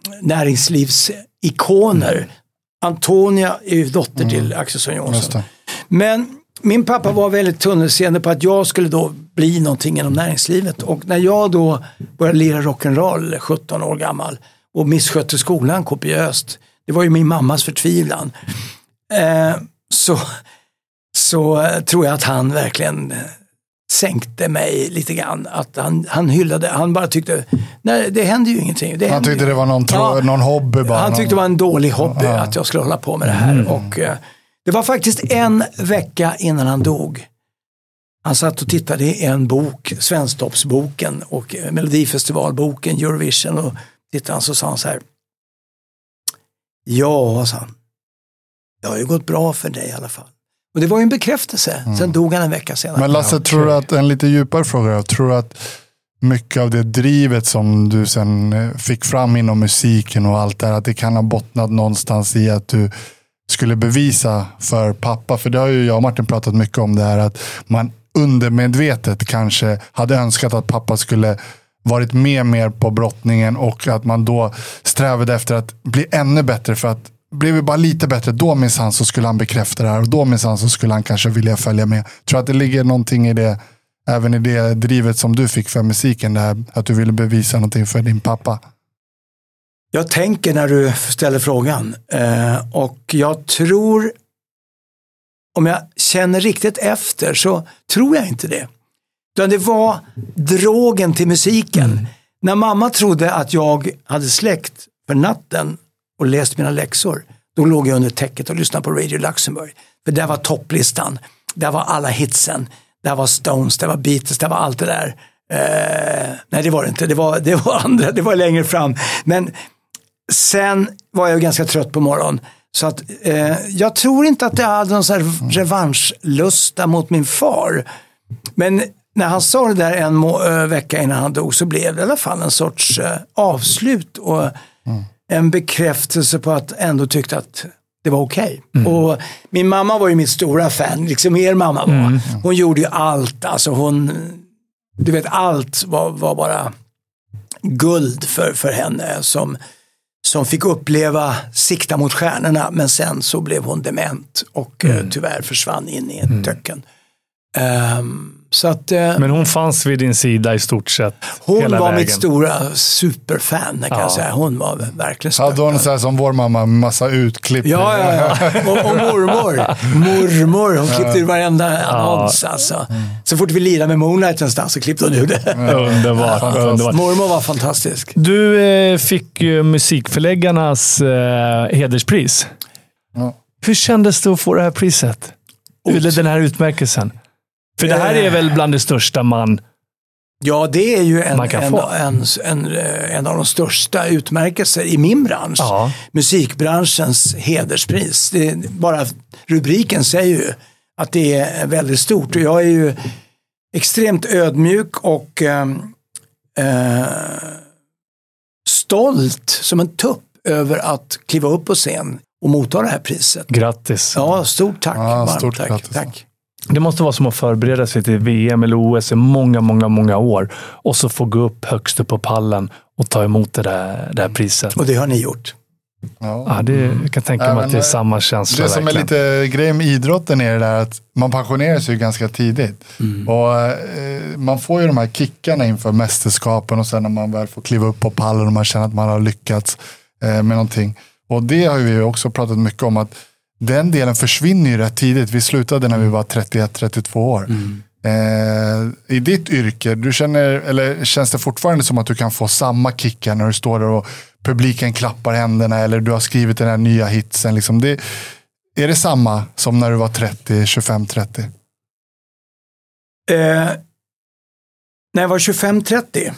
näringslivsikoner. Mm. Antonia är ju dotter mm. till Axelsson Jonsson. Men min pappa var väldigt tunnelseende på att jag skulle då bli någonting inom näringslivet. Och när jag då började lira rock'n'roll sjutton år gammal och misskötte skolan kopiöst, det var ju min mammas förtvivlan, eh, så, så tror jag att han verkligen sänkte mig lite grann. Att han, han hyllade, han bara tyckte, nej det hände ju ingenting. Det han tyckte ju. det var någon, tro, ja, någon hobby bara. Han tyckte någon... det var en dålig hobby ja. att jag skulle hålla på med det här. Mm. Och eh, det var faktiskt en vecka innan han dog. Han satt och tittade i en bok, Svensktoppsboken och Melodifestivalboken, Eurovision, och tittade han så sa han så här: ja, sa han, det har ju gått bra för dig i alla fall. Och det var ju en bekräftelse. Mm. Sen dog han en vecka senare. Men Lasse, tror du att, en lite djupare fråga, tror du att mycket av det drivet som du sen fick fram inom musiken och allt där, att det kan ha bottnat någonstans i att du skulle bevisa för pappa, för det har ju jag och Martin pratat mycket om det här, att man undermedvetet kanske hade önskat att pappa skulle varit med mer på brottningen och att man då strävade efter att bli ännu bättre, för att blev vi bara lite bättre, då minsann så skulle han bekräfta det här och då minsann så skulle han kanske vilja följa med. Tror att det ligger någonting i det, även i det drivet som du fick för musiken, det här, att du ville bevisa någonting för din pappa? Jag tänker när du ställer frågan. Eh, och jag tror, om jag känner riktigt efter så tror jag inte det. Utan det var drogen till musiken. Mm. När mamma trodde att jag hade släckt för natten och läst mina läxor, då låg jag under täcket och lyssnade på Radio Luxemburg. För där var topplistan. Där var alla hitsen. Där var Stones, där var Beatles, där var allt det där. Eh, nej, det var det inte. Det var, det var andra, det var längre fram. Men sen var jag ganska trött på morgonen. Så att eh, jag tror inte att jag hade någon sån här revanschlusta mot min far. Men när han sa det där en må- ö, vecka innan han dog, så blev det i alla fall en sorts eh, avslut och mm. en bekräftelse på att ändå tyckte att det var okej. Okay. Mm. Och min mamma var ju mitt stora fan, liksom er mamma var. Mm. Hon gjorde ju allt, alltså hon, du vet, allt var, var bara guld för, för henne som, som fick uppleva sikta mot stjärnorna, men sen så blev hon dement och mm. eh, tyvärr försvann in i en mm. töcken. Um, så att, uh, men hon fanns vid din sida i stort sett hon hela var vägen. Mitt stora superfan, kan ja. jag säga. Hon var verkligen stöttad. Hade hon så här som vår mamma, massa utklipp? Ja, ja, ja. Och, och mormor. Mormor, hon klippte i varenda annons. Ja. Alltså. Mm. Så fort vi lirade med Moonlight någonstans så klippte hon ur det. Mm. Underbart. Underbart. Mormor var fantastisk. Du eh, fick ju musikförläggarnas eh, hederspris. Ja. Hur kändes det att få det här priset? Eller den här utmärkelsen? För det här är väl bland det största man Ja, det är ju en, man kan en, få. En, en, en av de största utmärkelser i min bransch. Ja. Musikbranschens hederspris. Det, bara rubriken säger ju att det är väldigt stort. Och jag är ju extremt ödmjuk och eh, eh, stolt som en tupp över att kliva upp på scen och motta det här priset. Grattis. Ja, stort tack. Ja, stort tack. grattis. tack. Det måste vara som att förbereda sig till V M eller O S i många, många, många år. Och så få gå upp högst upp på pallen och ta emot det där, det här priset. Och det har ni gjort. Ja, ja det jag kan tänka mig ja, att det är samma känsla. Det som verkligen är lite grejen med idrotten är det där att man pensionerar sig ganska tidigt. Mm. Och eh, man får ju de här kickarna inför mästerskapen och sen när man väl får kliva upp på pallen och man känner att man har lyckats eh, med någonting. Och det har vi också pratat mycket om, att den delen försvinner ju rätt tidigt. Vi slutade när vi var trettioett trettiotvå år. Mm. Eh, I ditt yrke, du känner, eller känns det fortfarande som att du kan få samma kickar när du står där och publiken klappar händerna eller du har skrivit den här nya hitsen? Liksom det, är det samma som när du var trettio, tjugofem, trettio? Eh, när jag var tjugofem trettio,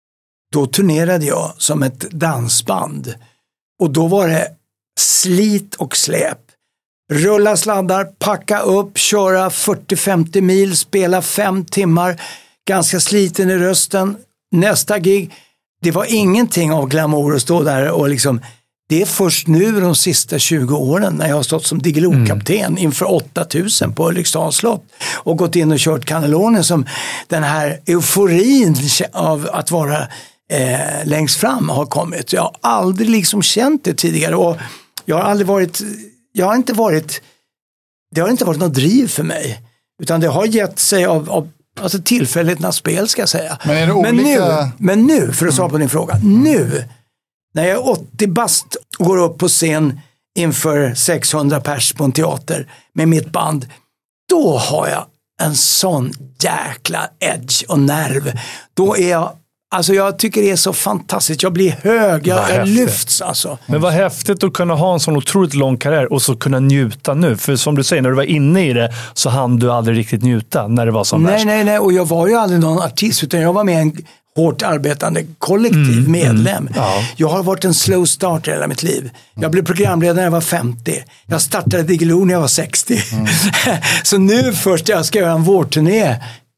då turnerade jag som ett dansband. Och då var det slit och släp. Rulla sladdar, packa upp, köra fyrtio femtio mil, spela fem timmar, ganska sliten i rösten. Nästa gig, det var ingenting av glamour att stå där och liksom, det är först nu de sista tjugo åren när jag har stått som Diggiloo-kapten mm. inför åtta tusen på Ulriksdals slott och gått in och kört Cannelloni, som den här euforin av att vara eh, längst fram har kommit. Jag har aldrig liksom känt det tidigare och jag har aldrig varit Jag har inte varit, det har inte varit något driv för mig. Utan det har gett sig av, av alltså tillfälligt spel, ska jag säga. Men, är det olika... men, nu, men nu, för att svara på din fråga. Mm. Nu, när jag är åttio bast och går upp på scen inför sexhundra pers på en teater med mitt band. Då har jag en sån jäkla edge och nerv. Då är jag... Alltså jag tycker det är så fantastiskt. Jag blir hög, jag, jag lyfts alltså. Men vad häftigt att kunna ha en sån otroligt lång karriär och så kunna njuta nu. För som du säger, när du var inne i det så hann du aldrig riktigt njuta när det var som nej, värst. Nej, nej, och jag var ju aldrig någon artist utan jag var med en hårt arbetande kollektiv mm, medlem. Mm, ja. Jag har varit en slow starter hela mitt liv. Jag blev programledare när jag var femtio. Jag startade Diggiloo när jag var sextio. Mm. Så nu först jag ska göra en vårturné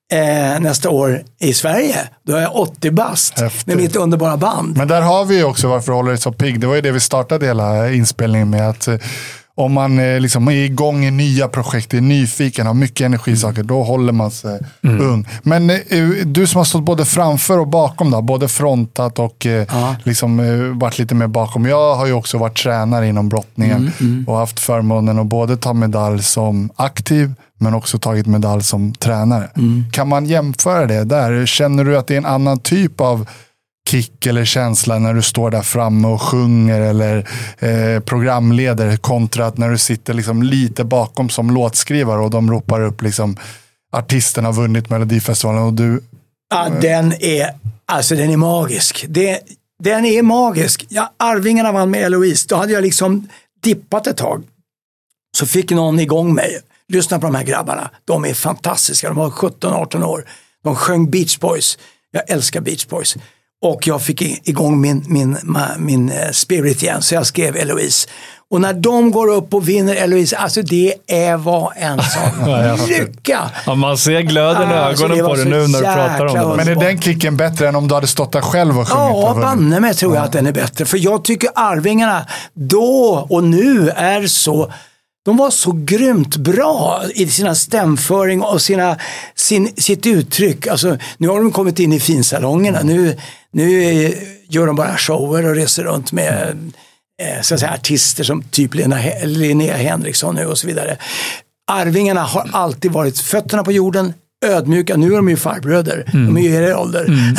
Eh, nästa år i Sverige. Då är jag åttio bast Häftigt. Med mitt underbara band. Men där har vi ju också varför håller det så pigg. Det var ju det vi startade hela inspelningen med, att eh, om man eh, liksom är igång i nya projekt, är nyfiken, har mycket energisaker, då håller man sig mm. ung. Men eh, du som har stått både framför och bakom då, både frontat och eh, ja. liksom eh, varit lite mer bakom. Jag har ju också varit tränare inom brottningen mm, mm. och haft förmånen att både ta medalj som aktiv men också tagit medalj som tränare. Mm. Kan man jämföra det där? Känner du att det är en annan typ av kick eller känsla när du står där framme och sjunger eller eh, programleder kontra att när du sitter liksom lite bakom som låtskrivare och de ropar upp liksom artisten har vunnit Melodifestivalen och du... Ja, den är, alltså den är magisk. Det, den är magisk. Ja, Arvingarna vann med Eloise. Då hade jag liksom dippat ett tag. Så fick någon igång mig. Lyssna på de här grabbarna. De är fantastiska. De var sjutton arton år. De sjöng Beach Boys. Jag älskar Beach Boys. Och jag fick igång min, min, min spirit igen. Så jag skrev Eloise. Och när de går upp och vinner Eloise, alltså det är vad en sån lycka. Ja, man ser glöden i alltså, ögonen på det nu när du pratar om det. Men är den kicken bättre än om du hade stått där själv och sjungit? Ja, banne mig tror jag att den är bättre. För jag tycker Arvingarna då och nu är så... De var så grymt bra i sina stämföring och sina, sin, sitt uttryck. Alltså, nu har de kommit in i finsalongerna. Nu, nu gör de bara shower och reser runt med eh, så att säga, artister som typ Lena, Linnea Henriksson nu och så vidare. Arvingarna har alltid varit fötterna på jorden, ödmjuka. Nu är de ju farbröder. Mm. De är ju i er ålder. Mm.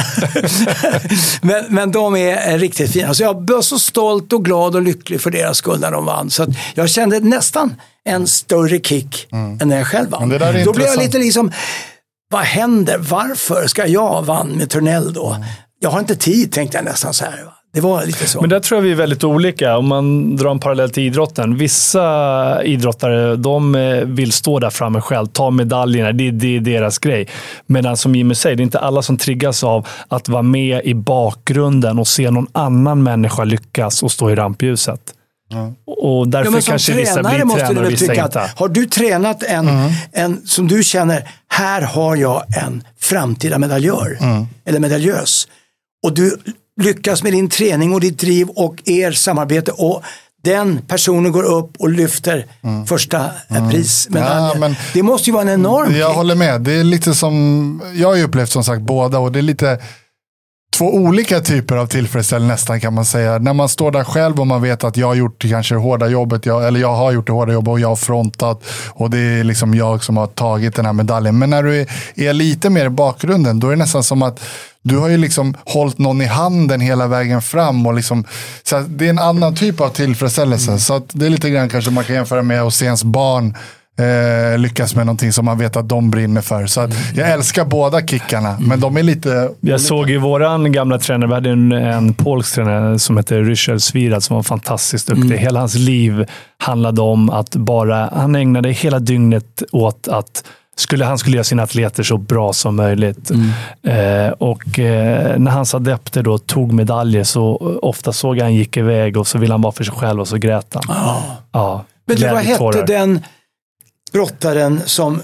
men, men de är riktigt fina. Så jag var så stolt och glad och lycklig för deras skull när de vann. Så att jag kände nästan en större kick mm. än när jag själv vann. Då blev jag lite liksom, vad händer? Varför ska jag vann med Törnell då? Mm. Jag har inte tid, tänkte jag nästan så här. Det var lite så. Men där tror jag vi är väldigt olika. Om man drar en parallell till idrotten. Vissa idrottare, de vill stå där framme själv, ta medaljerna. Det, det är deras grej. Medan som Jimmy säger, det är inte alla som triggas av att vara med i bakgrunden och se någon annan människa lyckas och stå i rampljuset. Mm. Och därför ja, kanske vissa blir tränare och vissa inte. Att, har du tränat en, mm. en som du känner, här har jag en framtida medaljör mm. eller medaljös. Och du lyckas med din träning och ditt driv och er samarbete och den personen går upp och lyfter mm. första mm. prismedaljen. Ja, men det måste ju vara en enorm... Jag håller med. Det är lite som... Jag har ju upplevt som sagt båda och det är lite... Två olika typer av tillfredsställelse nästan kan man säga. När man står där själv och man vet att jag har gjort kanske det hårda jobbet, jag, eller jag har gjort det hårda jobbet och jag har frontat och det är liksom jag som har tagit den här medaljen. Men när du är, är lite mer i bakgrunden, då är det nästan som att du har ju liksom hållit någon i handen hela vägen fram och liksom, så det är en annan typ av tillfredsställelse. Mm. Så att det är lite grann kanske man kan jämföra med att se ens barn Eh, lyckas med någonting som man vet att de brinner för. Så att jag älskar båda kickarna, mm. men de är lite... Jag såg ju våran gamla tränare, vi hade en, en polsk tränare som heter Ryszard Svirad som var fantastiskt duktig. Mm. Hela hans liv handlade om att bara, han ägnade hela dygnet åt att skulle, han skulle göra sina atleter så bra som möjligt. Mm. Eh, och eh, när hans adepter då tog medaljer så ofta såg han gick iväg och så ville han vara för sig själv och så grät han. Oh. Ja, men det, vad hette den brottaren som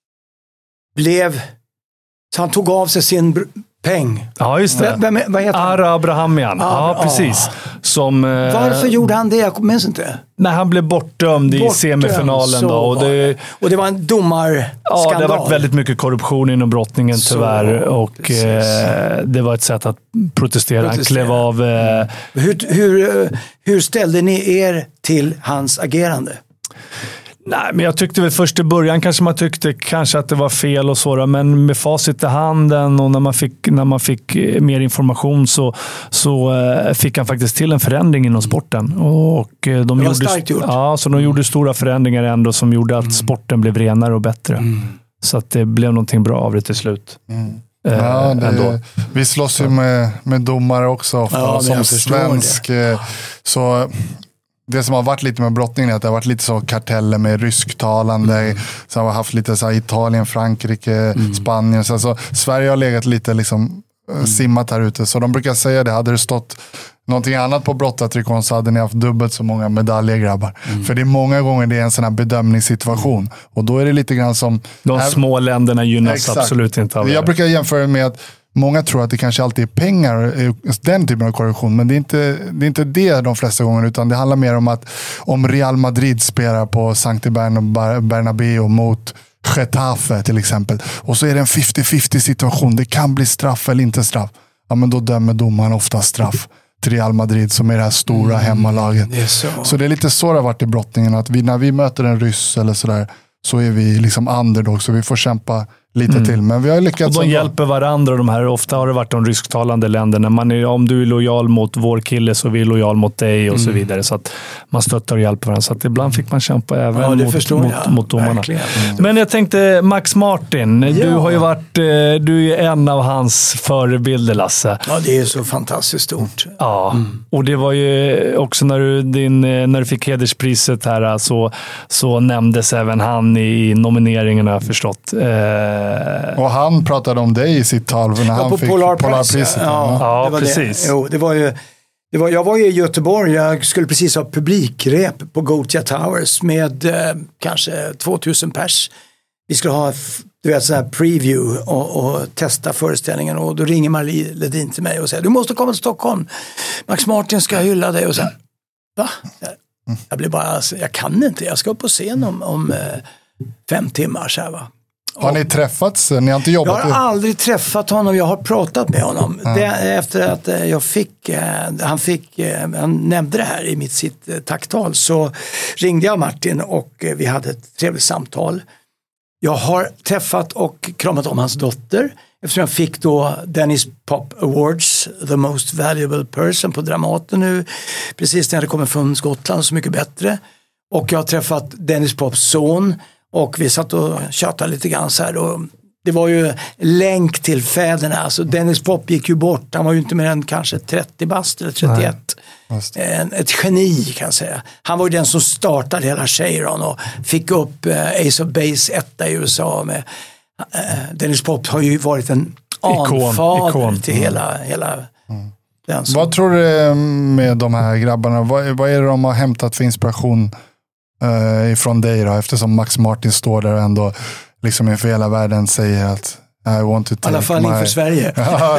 blev så han tog av sig sin br- peng. Ja, just det. Vem, vad heter han? Ara Abrahamian. Ja, ja, precis. Som, varför eh, gjorde han det? Jag minns inte. När han blev bortdömd, bortdömd i semifinalen. Då, och, det, och det var en domarskandal. Ja, det har varit väldigt mycket korruption inom brottningen tyvärr. Så, och eh, det var ett sätt att protestera. protestera. Han klev av... Eh, hur, hur, hur ställde ni er till hans agerande? Nej, men jag tyckte väl först i början kanske man tyckte kanske att det var fel och så, men med facit i handen och när man fick, när man fick mer information så, så fick han faktiskt till en förändring inom sporten. Och de det var gjorde, starkt gjort. Ja, så de gjorde stora förändringar ändå som gjorde att mm. sporten blev renare och bättre. Mm. Så att det blev någonting bra av det till slut. Mm. Ja, det, vi slåss ju med, med domare också ofta, ja, som svensk. Det. Så... Det som har varit lite med brottningen är att det har varit lite så karteller med rysktalande. Mm. Så har vi haft lite så här Italien, Frankrike, mm. Spanien. Så alltså, Sverige har legat lite liksom mm. simmat här ute. Så de brukar säga det. Hade det stått någonting annat på brottartrikon så hade ni haft dubbelt så många medaljer, grabbar. Mm. För det är många gånger det är en sån här bedömningssituation. Mm. Och då är det lite grann som... De här, små länderna gynnas exakt. Absolut inte av det. Jag brukar jämföra med att många tror att det kanske alltid är pengar, den typen av korruption, men det är inte det, är inte det de flesta gånger, utan det handlar mer om att om Real Madrid spelar på Santi Bernabéu mot Getafe till exempel, och så är det en femtio-femtio situation, det kan bli straff eller inte straff, ja men då dömer domaren ofta straff till Real Madrid som är det här stora mm, hemmalaget. Det är så. Så det är lite så det har varit i brottningen, att vi, när vi möter en ryss eller sådär, så är vi liksom underdog, så vi får kämpa lite mm. till. Men vi har lyckats. Och de hjälper varandra, de här. Ofta har det varit de rysktalande länderna. Man är, om du är lojal mot vår kille så är vi lojal mot dig och mm. så vidare. Så att man stöttar och hjälper varandra. Så att ibland fick man kämpa även ja, mot, mot, mot domarna. Mm. Men jag tänkte, Max Martin, ja. du har ju varit du är en av hans förebilder, Lasse. Ja, det är så fantastiskt stort. Ja, mm. och det var ju också när du, din, när du fick hederspriset här så, så nämndes även han i nomineringarna, har jag förstått. Eh... Och han pratade om dig i sitt tal när ja, han fick Polar Polarpriset. Ja, ja, det var precis. Det. Jo, det var ju, det var, jag var ju i Göteborg, jag skulle precis ha publikrep på Gothia Towers med eh, kanske tvåtusen pers. Vi skulle ha du vet, så här preview och, och testa föreställningen och då ringer Marie Ledin till mig och säger du måste komma till Stockholm. Max Martin ska hylla dig och så här, va? Jag blir bara, alltså, jag kan inte, jag ska upp på scen om, om eh, fem timmar så här, va. Har och, ni träffats? Ni har inte jobbat? Jag har i... aldrig träffat honom, jag har pratat med honom. Mm. Det, efter att eh, jag fick, eh, han fick, eh, han nämnde det här i mitt sitt eh, tacktal så ringde jag Martin och eh, vi hade ett trevligt samtal. Jag har träffat och kramat om hans dotter eftersom jag fick då Dennis Pop Awards, the most valuable person på Dramaten nu. Precis när jag hade kommit från Skottland, Så mycket bättre. Och jag har träffat Dennis Pops son och vi satt och tjatade lite grann så här. Och det var ju länk till fäderna. Alltså Dennis Pop gick ju bort. Han var ju inte mer än kanske trettio bast eller trettioett. En, ett geni kan jag säga. Han var ju den som startade hela Cheiron och fick upp eh, Ace of Base etta i U S A med eh, Dennis Pop har ju varit en anfader ikon, ikon. till mm. hela, hela mm. den som... Vad tror du med de här grabbarna? Vad, vad är det de har hämtat för inspiration eh, ifrån dig då? Eftersom Max Martin står där och ändå liksom inför hela världen säger att I want to take I alla fall my... inför Sverige.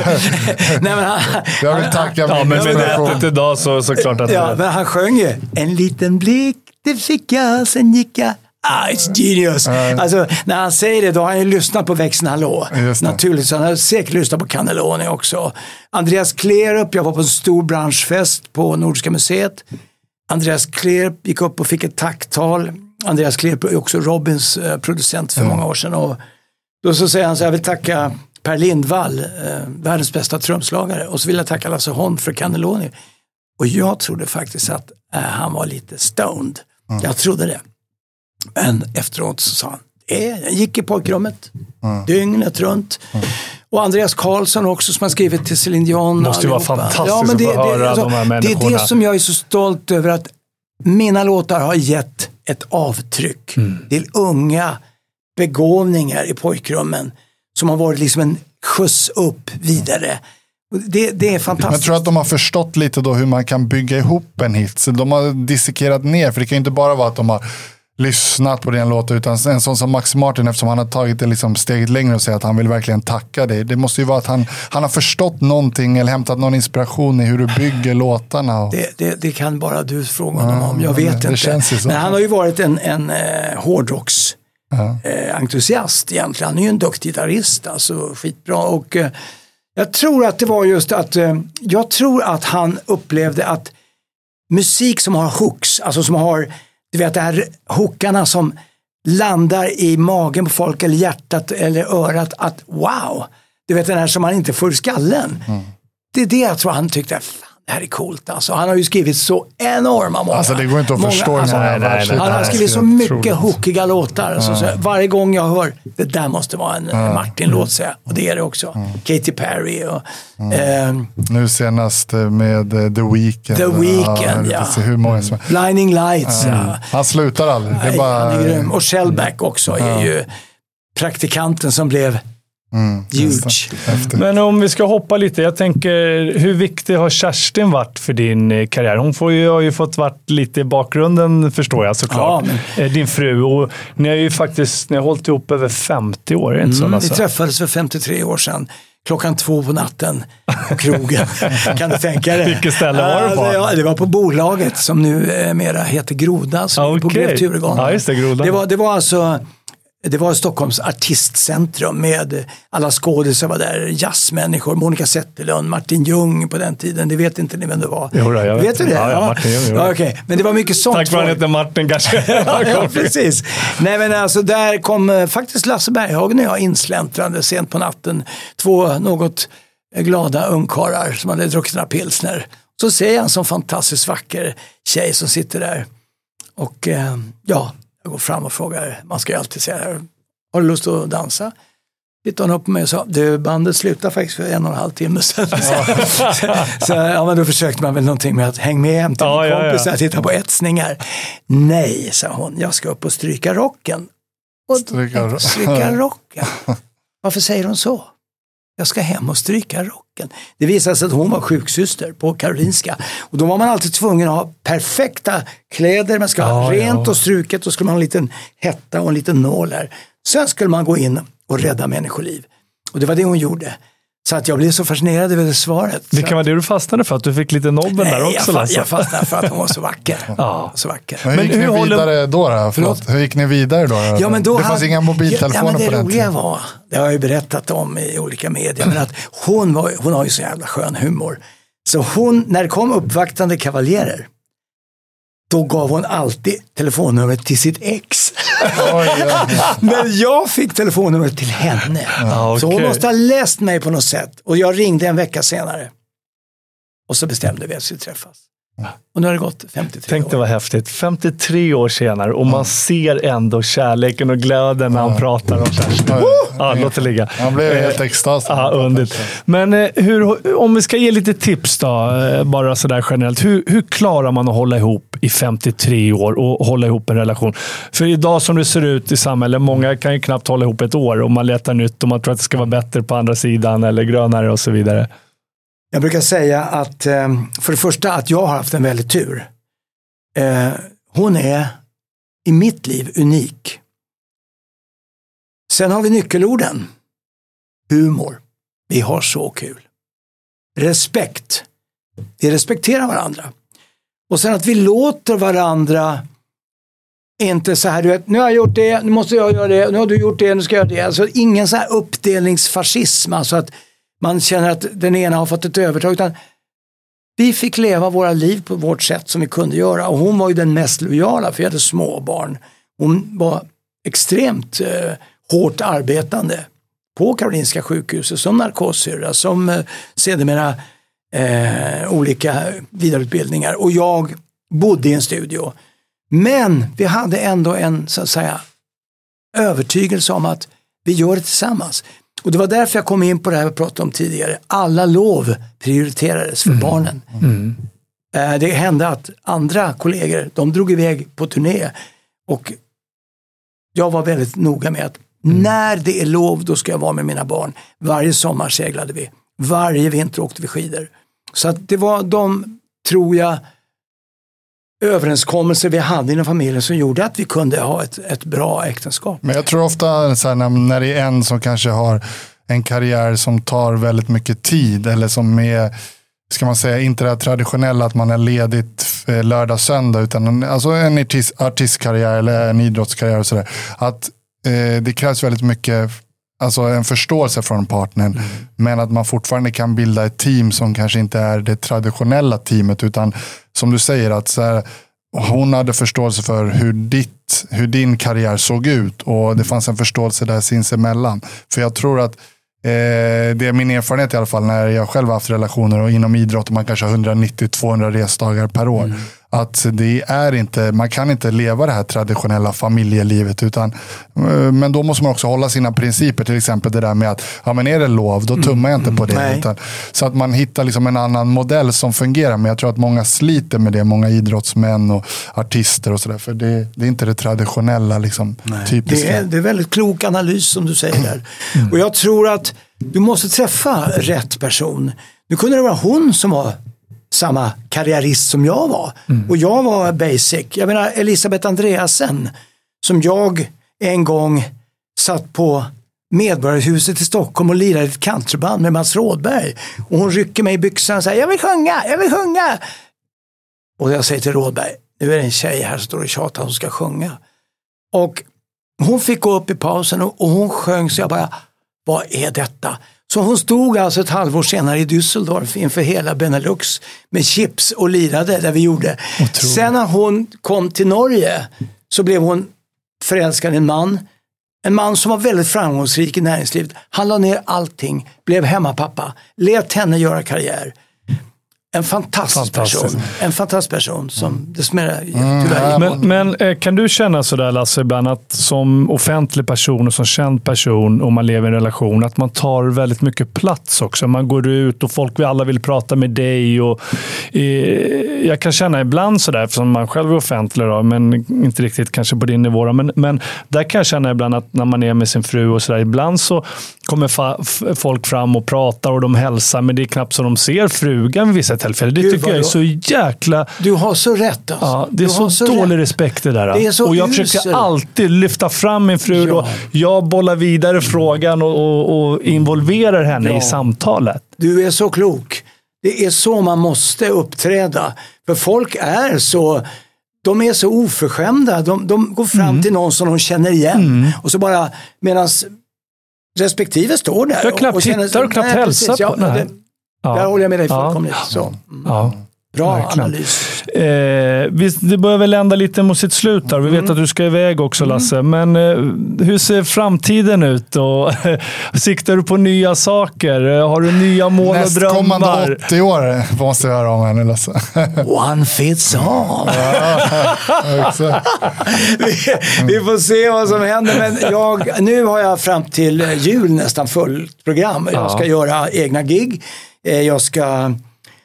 Nej, men han, jag vill tacka ja, men med det idag så, så klart att ja, men han sjöng ju en liten blick, det fick jag, sen gick jag. Ah, it's genius. Uh, alltså, när han säger det, då har han ju lyssnat på Växeln Hallå. Naturligt, så han har säkert lyssnat på Cannelloni också. Andreas Klerup, jag var på en stor branschfest på Nordiska museet. Andreas Klerup gick upp och fick ett tacktal. Andreas Klerup är också Robins eh, producent för mm. många år sedan. Och då så säger han så här, jag vill tacka Per Lindvall, eh, världens bästa trumslagare. Och så vill jag tacka Lasse Holm för Cannelloni. Och jag trodde faktiskt att eh, han var lite stoned. Mm. Jag trodde det. Men efteråt så sa han, eh, jag gick i pojkrummet, mm. dygnet runt. Mm. Och Andreas Karlsson också som har skrivit till Céline Dion. Det måste ju vara fantastiskt ja, men det, att få höra det, alltså, de här människorna. Det är det som jag är så stolt över, att mina låtar har gett ett avtryck mm. till unga begåvningar i pojkrummen som har varit liksom en skjuts upp vidare. Det, det är fantastiskt. Jag tror att de har förstått lite då hur man kan bygga ihop en hit. Så de har dissekerat ner, för det kan ju inte bara vara att de har lyssnat på den låten, utan en sån som Max Martin, eftersom han har tagit det liksom steget längre och säger att han vill verkligen tacka dig. Det måste ju vara att han, han har förstått någonting eller hämtat någon inspiration i hur du bygger låtarna. Och... Det, det, det kan bara du fråga honom ja, om. Jag vet det, inte. Det känns ju så. Men han har ju varit en, en eh, hårdrocks ja. eh, entusiast egentligen. Han är ju en duktig gitarrist, alltså skitbra. Och eh, jag tror att det var just att eh, jag tror att han upplevde att musik som har hooks, alltså som har du vet, det här hookarna som landar i magen på folk eller hjärtat eller örat, att wow, du vet den här som man inte får i skallen. Mm. Det är det jag tror han tyckte, fan, det här är coolt alltså. Han har ju skrivit så enorma många. Alltså det går inte att många, förstå. Alltså, nej, nej, nej, han har skrivit så mycket hookiga låtar. Alltså, ja. så varje gång jag hör, det där måste vara en ja. Martin-låt, säga. Och det är det också. Mm. Katy Perry och... Mm. Eh, nu senast med The Weeknd. The Weeknd, ja. ja. Hur många som... Blinding Lights, mm. ja. Han slutar aldrig. Det är bara... Han är grym. Och Shellback också ja. är ju praktikanten som blev... Mm, huge. Men om vi ska hoppa lite, jag tänker, hur viktig har Kerstin varit för din karriär? Hon får ju, har ju fått varit lite i bakgrunden, förstår jag såklart. Ja, men... Din fru, och ni har ju faktiskt ni har hållit ihop över femtio år. Inte mm, så, alltså. Vi träffades för femtiotre år sedan. Klockan två på natten på krogen. Kan du tänka dig? Vilket ställe var det på? Ja, det var på bolaget som nu mera heter Groda. Ah, okay. På Grev Turegården. Ja, just det, Groda. Det var, det var alltså... det var Stockholms artistcentrum med alla skådespelare var där, jazzmänniskor, Monica Zetterlund, Martin Ljung på den tiden, det vet inte ni vem det var. Jo, då, jag vet. vet du det? Ja, ja, Martin Ljung. Ja, okay. Men det var mycket sånt. Tack vare att det Martin kanske. Ja, precis. Nej, men alltså där kom eh, faktiskt Lasse Berghagen och jag insläntrande sent på natten. Två något glada ungkarlar som hade druckit några pilsner. Så ser jag en sån fantastiskt vacker tjej som sitter där. Och eh, ja, jag går fram och frågar, man ska ju alltid säga, har du lust att dansa? Tittade hon upp på mig och sa, du, bandet slutar faktiskt för en och en halv timme sedan. Ja. så, så ja, men då försökte man väl någonting med att häng med hem till ja, min kompis ja, ja. och titta på etsningar. Nej, sa hon, jag ska upp och stryka rocken. Och Stryka, stryka rocken. Varför säger hon så? Jag ska hem och stryka rocken. Det visade sig att hon var sjuksyster på Karolinska. Och då var man alltid tvungen att ha perfekta kläder. Man ska ha ja, rent ja. och struket. Och skulle man ha en liten hetta och en liten nål där. Sen skulle man gå in och rädda människoliv. Och det var det hon gjorde. Så att jag blev så fascinerad över det svaret. Det kan vara det du fastnade för, att du fick lite nobben Nej, där också. Jag, alltså. jag fastnade för att hon var så vacker. Ja. Så vacker. Men hur Men gick hur ni håller- vidare då? då? Förlåt. Hur gick ni vidare då? Ja, men då det fanns hade, inga mobiltelefoner ja, men på det den roliga tiden. var, det har jag ju berättat om i olika medier, men att hon, var, hon har ju så jävla skön humor. Så hon, när det kom uppvaktande kavaljerer, då gav hon alltid telefonnumret till sitt ex. Oj, ja. Men jag fick telefonnumret till henne. Ja, Så hon okej. måste ha läst mig på något sätt. Och jag ringde en vecka senare. Och så bestämde vi att vi skulle träffas. Och nu har det gått femtiotre Tänk det år. var häftigt. femtiotre år senare och man ser ändå kärleken och glöden när han pratar om Kerstin. Ja, låt det ligga. Han blev helt extas. Ja, underligt. Men eh, hur, om vi ska ge lite tips då, eh, bara sådär generellt. Hur, hur klarar man att hålla ihop i femtiotre år och hålla ihop en relation? För idag som det ser ut i samhället, många kan ju knappt hålla ihop ett år och man letar nytt och man tror att det ska vara bättre på andra sidan eller grönare och så vidare. Jag brukar säga att för det första att jag har haft en väldigt tur. Hon är i mitt liv unik. Sen har vi nyckelorden. Humor. Vi har så kul. Respekt. Vi respekterar varandra. Och sen att vi låter varandra inte så här, du vet, nu har jag gjort det, nu måste jag göra det, nu har du gjort det, nu ska jag göra det. Alltså ingen så här uppdelningsfascism, alltså att man känner att den ena har fått ett övertag, utan vi fick leva våra liv på vårt sätt som vi kunde göra. Och hon var ju den mest lojala, för jag hade små barn. Hon var extremt eh, hårt arbetande på Karolinska sjukhuset som narkossyrra, som eh, sedermera eh, olika vidareutbildningar. Och jag bodde i en studio. Men vi hade ändå en, så att säga, övertygelse om att vi gör det tillsammans. Och det var därför jag kom in på det här vi pratade om tidigare. Alla lov prioriterades för mm. barnen. Mm. Eh, det hände att andra kollegor, de drog iväg på turné. Och jag var väldigt noga med att mm. när det är lov, då ska jag vara med mina barn. Varje sommar seglade vi. Varje vinter åkte vi skidor. Så att det var de, tror jag, överenskommelser vi hade inom familjen som gjorde att vi kunde ha ett, ett bra äktenskap. Men jag tror ofta så här, när, när det är en som kanske har en karriär som tar väldigt mycket tid, eller som är, ska man säga, inte det traditionella att man är ledigt lördag, söndag, utan en, alltså en artist, artistkarriär eller en idrottskarriär och sådär. Att eh, det krävs väldigt mycket, alltså en förståelse från partnern, mm. men att man fortfarande kan bilda ett team som kanske inte är det traditionella teamet, utan som du säger, att så här, hon hade förståelse för hur, ditt, hur din karriär såg ut, och det fanns en förståelse där sinsemellan. För jag tror att eh, det är min erfarenhet i alla fall, när jag själv har haft relationer och inom idrott och man kanske har hundranittio till tvåhundra resdagar per år. Mm. Att det är inte, man kan inte leva det här traditionella familjelivet, utan, men då måste man också hålla sina principer, till exempel det där med att ja, men är det lov, då tummar jag inte på det. Mm. Utan, så att man hittar liksom en annan modell som fungerar, men jag tror att många sliter med det, många idrottsmän och artister och sådär, för det, det är inte det traditionella liksom, typiska. Det är, det är väldigt klok analys som du säger där. Mm. Och jag tror att du måste träffa rätt person. Nu kunde det vara hon som var samma karriärist som jag var. Mm. Och jag var basic. Jag menar Elisabeth Andreasen, som jag en gång satt på Medborgarhuset i Stockholm och lirade ett countryband med Mats Rådberg. Och hon rycker mig i byxan och säger, jag vill sjunga, jag vill sjunga. Och jag säger till Rådberg, nu är det en tjej här som står och tjatar som ska sjunga. Och Hon fick gå upp i pausen och, och hon sjöng så jag bara, vad är detta? Så hon stod alltså ett halvår senare i Düsseldorf inför hela Benelux med chips och lirade där vi gjorde. Otroligt. Sen när hon kom till Norge så blev hon förälskad i en man. En man som var väldigt framgångsrik i näringslivet. Han la ner allting, blev hemmapappa, lät henne göra karriär. En fantastisk, fantastisk person. En fantastisk person som dessvärre mm. tyvärr. Men, men kan du känna sådär, Lasse, ibland att som offentlig person och som känd person, om man lever i en relation, att man tar väldigt mycket plats också. Man går ut och folk vi alla vill prata med dig. Och, eh, jag kan känna ibland sådär, eftersom man själv är offentlig då, men inte riktigt kanske på din nivå. Då, men, men där kan jag känna ibland att när man är med sin fru och sådär, ibland så kommer fa- f- folk fram och pratar och de hälsar, men det är knappt så de ser frugan vid vissa tillfällen. Det Gud, tycker jag är så jäkla... Du har så rätt. Alltså. Ja, det är så, så dålig rätt. respekt det där. Det är så och jag usel. försöker alltid lyfta fram min fru ja. och jag bollar vidare frågan och, och, och involverar henne ja. i samtalet. Du är så klok. Det är så man måste uppträda. För folk är så... De är så oförskämda. De, de går fram mm. till någon som de känner igen. Mm. Och så bara... Medans respektive står där. Jag knappt och känner, tittar och knappt hälsar på ja, det. Ja. Där håller jag med dig fullkomligt. Ja. Så. Mm. Ja. Bra verkligen. analys. Eh, vi, det börjar väl lända lite mot sitt slut där. Vi vet mm. att du ska iväg också, Lasse. Men eh, hur ser framtiden ut? Och, siktar du på nya saker? Har du nya mål och drömmar? Nästkommande åttio år måste vi höra om henne, Lasse. One fits all. Ja, exakt. vi, vi får se vad som händer. Men jag, nu har jag fram till jul nästan fullt program. Jag ska ja. göra egna gig. Jag ska...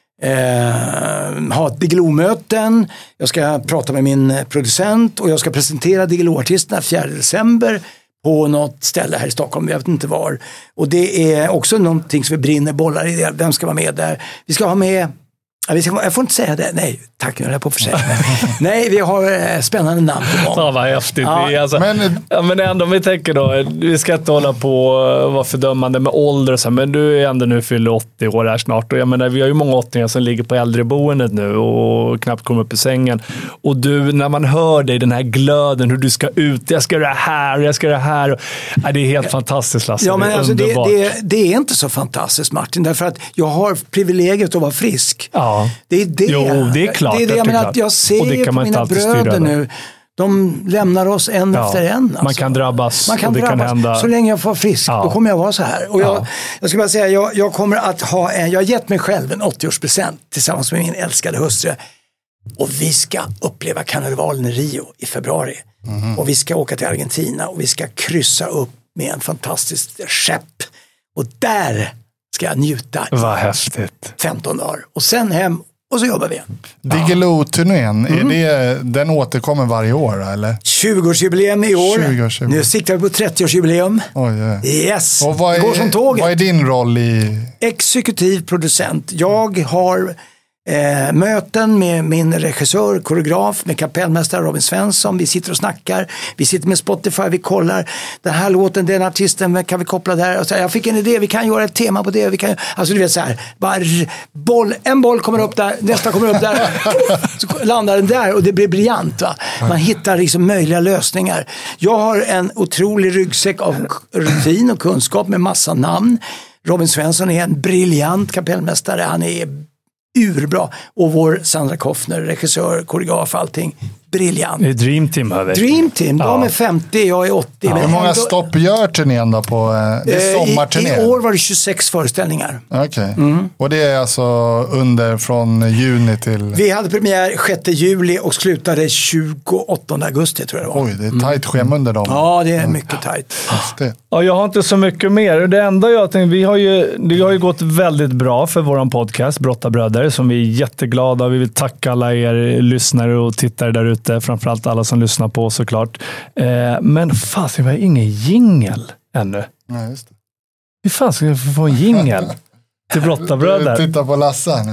Eh, ha Diggiloo-möten, jag ska prata med min producent och jag ska presentera Diggiloo-artisterna fjärde december på något ställe här i Stockholm, jag vet inte var. Och det är också någonting som vi brinner bollar i, vem ska vara med där? Vi ska ha med, vi ska, jag får inte säga det, nej, tack, jag är på för sig. Nej, vi har eh, spännande namn på gång. Ja, vad häftigt. Ja. Alltså, men, ja, men ändå, om vi tänker då, vi ska inte hålla på och vara fördömande med ålder och så, men du är ändå nu fyller åttio år här snart och jag menar, vi har ju många åttioåringar som ligger på äldreboendet nu och knappt kommer upp i sängen. Och du, när man hör dig, den här glöden, hur du ska ut, jag ska göra det här, jag ska göra det här. Och, ja, det är helt fantastiskt, Lasse. Ja, men det är alltså, det, det, det är inte så fantastiskt, Martin, därför att jag har privilegiet att vara frisk. Ja. Det är det. Jo, det är klart. Det är det, jag menar att jag ser på mina bröder nu. De lämnar oss en ja, efter en. Alltså. Man kan drabbas. Man kan och det drabbas. Kan hända. Så länge jag får frisk, ja. då kommer jag vara så här. Och jag, ja. jag ska bara säga, jag, jag kommer att ha en, jag har gett mig själv en åttioårspresent tillsammans med min älskade hustru. Och vi ska uppleva karnevalen i Rio i februari. Mm. Och vi ska åka till Argentina och vi ska kryssa upp med en fantastisk skepp. Och där ska jag njuta. Vad häftigt. femton dagar. Och sen hem. Och så jobbar vi igen. Diggiloo-turnén, mm. är det, den återkommer varje år eller? tjugoårsjubileum i år. tjugoårsjubileum. Nu siktar vi på trettioårsjubileum. Oj, yeah. Yes, och vad är, det går som tåget. Vad är din roll i? Exekutiv producent. Jag har eh, möten med min regissör, koreograf, med kapellmästare Robin Svensson. Vi sitter och snackar. Vi sitter med Spotify, vi kollar. Den här låten, den artisten, kan vi koppla där? Och så, jag fick en idé, vi kan göra ett tema på det. Vi kan, alltså du vet så här, bara boll, en boll kommer upp där, nästa kommer upp där. Så landar den där och det blir briljant, va? Man hittar liksom möjliga lösningar. Jag har en otrolig ryggsäck av rutin och kunskap med massa namn. Robin Svensson är en briljant kapellmästare. Han är urbra. Och vår Sandra Koffner, regissör, koreograf, allting. Briljant. Det är Dream Team över. Dream Team, de ja. är femtio, jag är åttio. Ja. Men hur många ändå, stopp gör turnén då på det är sommarturné? I, I år var det tjugosex föreställningar. Okej. Okay. Mm. Och det är alltså under från juni till... Vi hade premiär sjätte juli och slutade tjugoåttonde augusti tror jag det var. Oj, det är tajt schema under dem. Ja, det är mycket tajt. Ja. Ja, jag har inte så mycket mer. Det enda jag tänkte, vi har ju, det har ju gått väldigt bra för våran podcast, Brottabröder, som vi är jätteglada. Vi vill tacka alla er lyssnare och tittare där ute. Framförallt alla som lyssnar på oss såklart. Eh, men fan, vi har ingen jingle ännu. Nej, just det. Hur fan ska vi få en jingle till Brottabröder? Titta på Lasse här nu.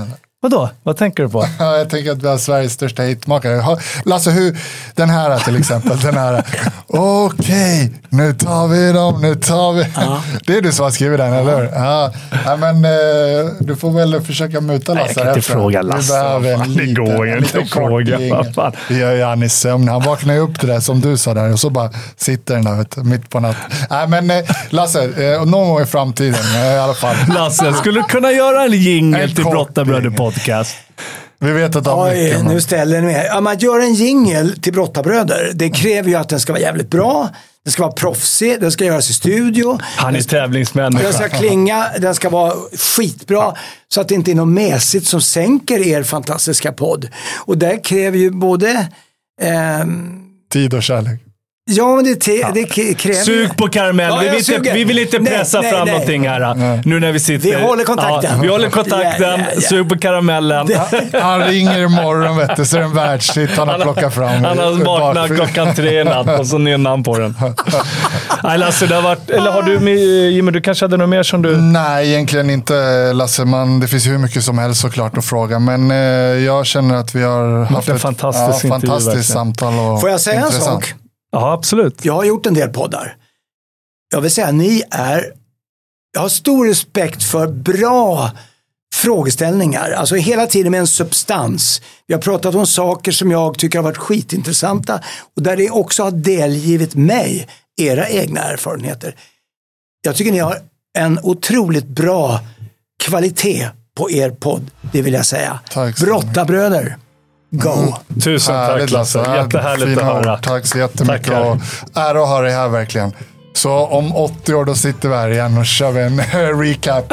Vadå? Vad tänker du på? Ja, jag tänker att vi har Sveriges största hitmakare. Lasse, hur, den här till exempel, den här. Okej, okay, nu tar vi dem, nu tar vi. Ja. Det är du som har skrivit den, ja. Eller hur? Ja. Ja, men eh, du får väl försöka muta Lasse. Nej, jag kan inte efter. fråga Lasse. Vi behöver en det liten, går en inte att fråga. Det gör ju han i sömn. Han vaknar ju upp till det som du sa där och så bara sitter den där vet, mitt på natten. Nej, men eh, Lasse, eh, någon gång i framtiden eh, i alla fall. Lasse, skulle du kunna göra en jingel till Brottarbröder podcast? Vi vet att Oj, mycket, nu ställer ni med. Om man gör en jingle till Brottarbröder, det kräver ju att den ska vara jävligt bra. Den ska vara proffsig, den ska göras i studio. Han är tävlingsmänniska. Den ska klinga, den ska vara skitbra. Så att det inte är något mässigt som sänker er fantastiska podd. Och det kräver ju både... Ehm, tid och kärlek. Ja, men det, te- det kräver... Sug på karamell. Ja, vi, vill inte, vi vill inte pressa nej, nej, fram nej. någonting här. Nej. Nu när vi sitter... Vi håller kontakten. Ja, vi håller kontakten. Yeah, yeah, yeah. Sug på karamellen. Han ringer imorgon, vet du, så är det en världshit han har plockat fram. Han har vaknat klockan tre i natt och så nynnar han på den. Nej, Lasse, det har varit... Eller har du, Jimmy, du kanske hade något mer som du... Nej, egentligen inte, Lasse. Man, det finns hur mycket som helst såklart att fråga. Men eh, jag känner att vi har haft ett fantastiskt, ja, fantastiskt samtal. Och får jag säga intressant. en sak? Ja, absolut. Jag har gjort en del poddar. Jag vill säga, ni är... Jag har stor respekt för bra frågeställningar. Alltså hela tiden med en substans. Vi har pratat om saker som jag tycker har varit skitintressanta. Och där det också har delgivit mig era egna erfarenheter. Jag tycker ni har en otroligt bra kvalitet på er podd. Det vill jag säga. Brottarbröder. Go. Mm. Tusen härligt, tack Lasse. Lasse. Jättehärligt att höra. Tack så jättemycket. Tackar. Och ära att ha dig här verkligen. Så om åttio år då sitter vi här igen och kör vi en recap.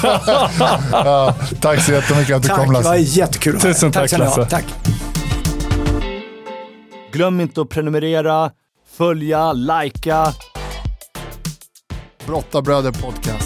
Ja, tack så jättemycket att du tack, kom, Lasse. Det var jättekul. Tusen tack, tack Lasse. Tack. Glöm inte att prenumerera, följa, likea. Brottarbröder podcast.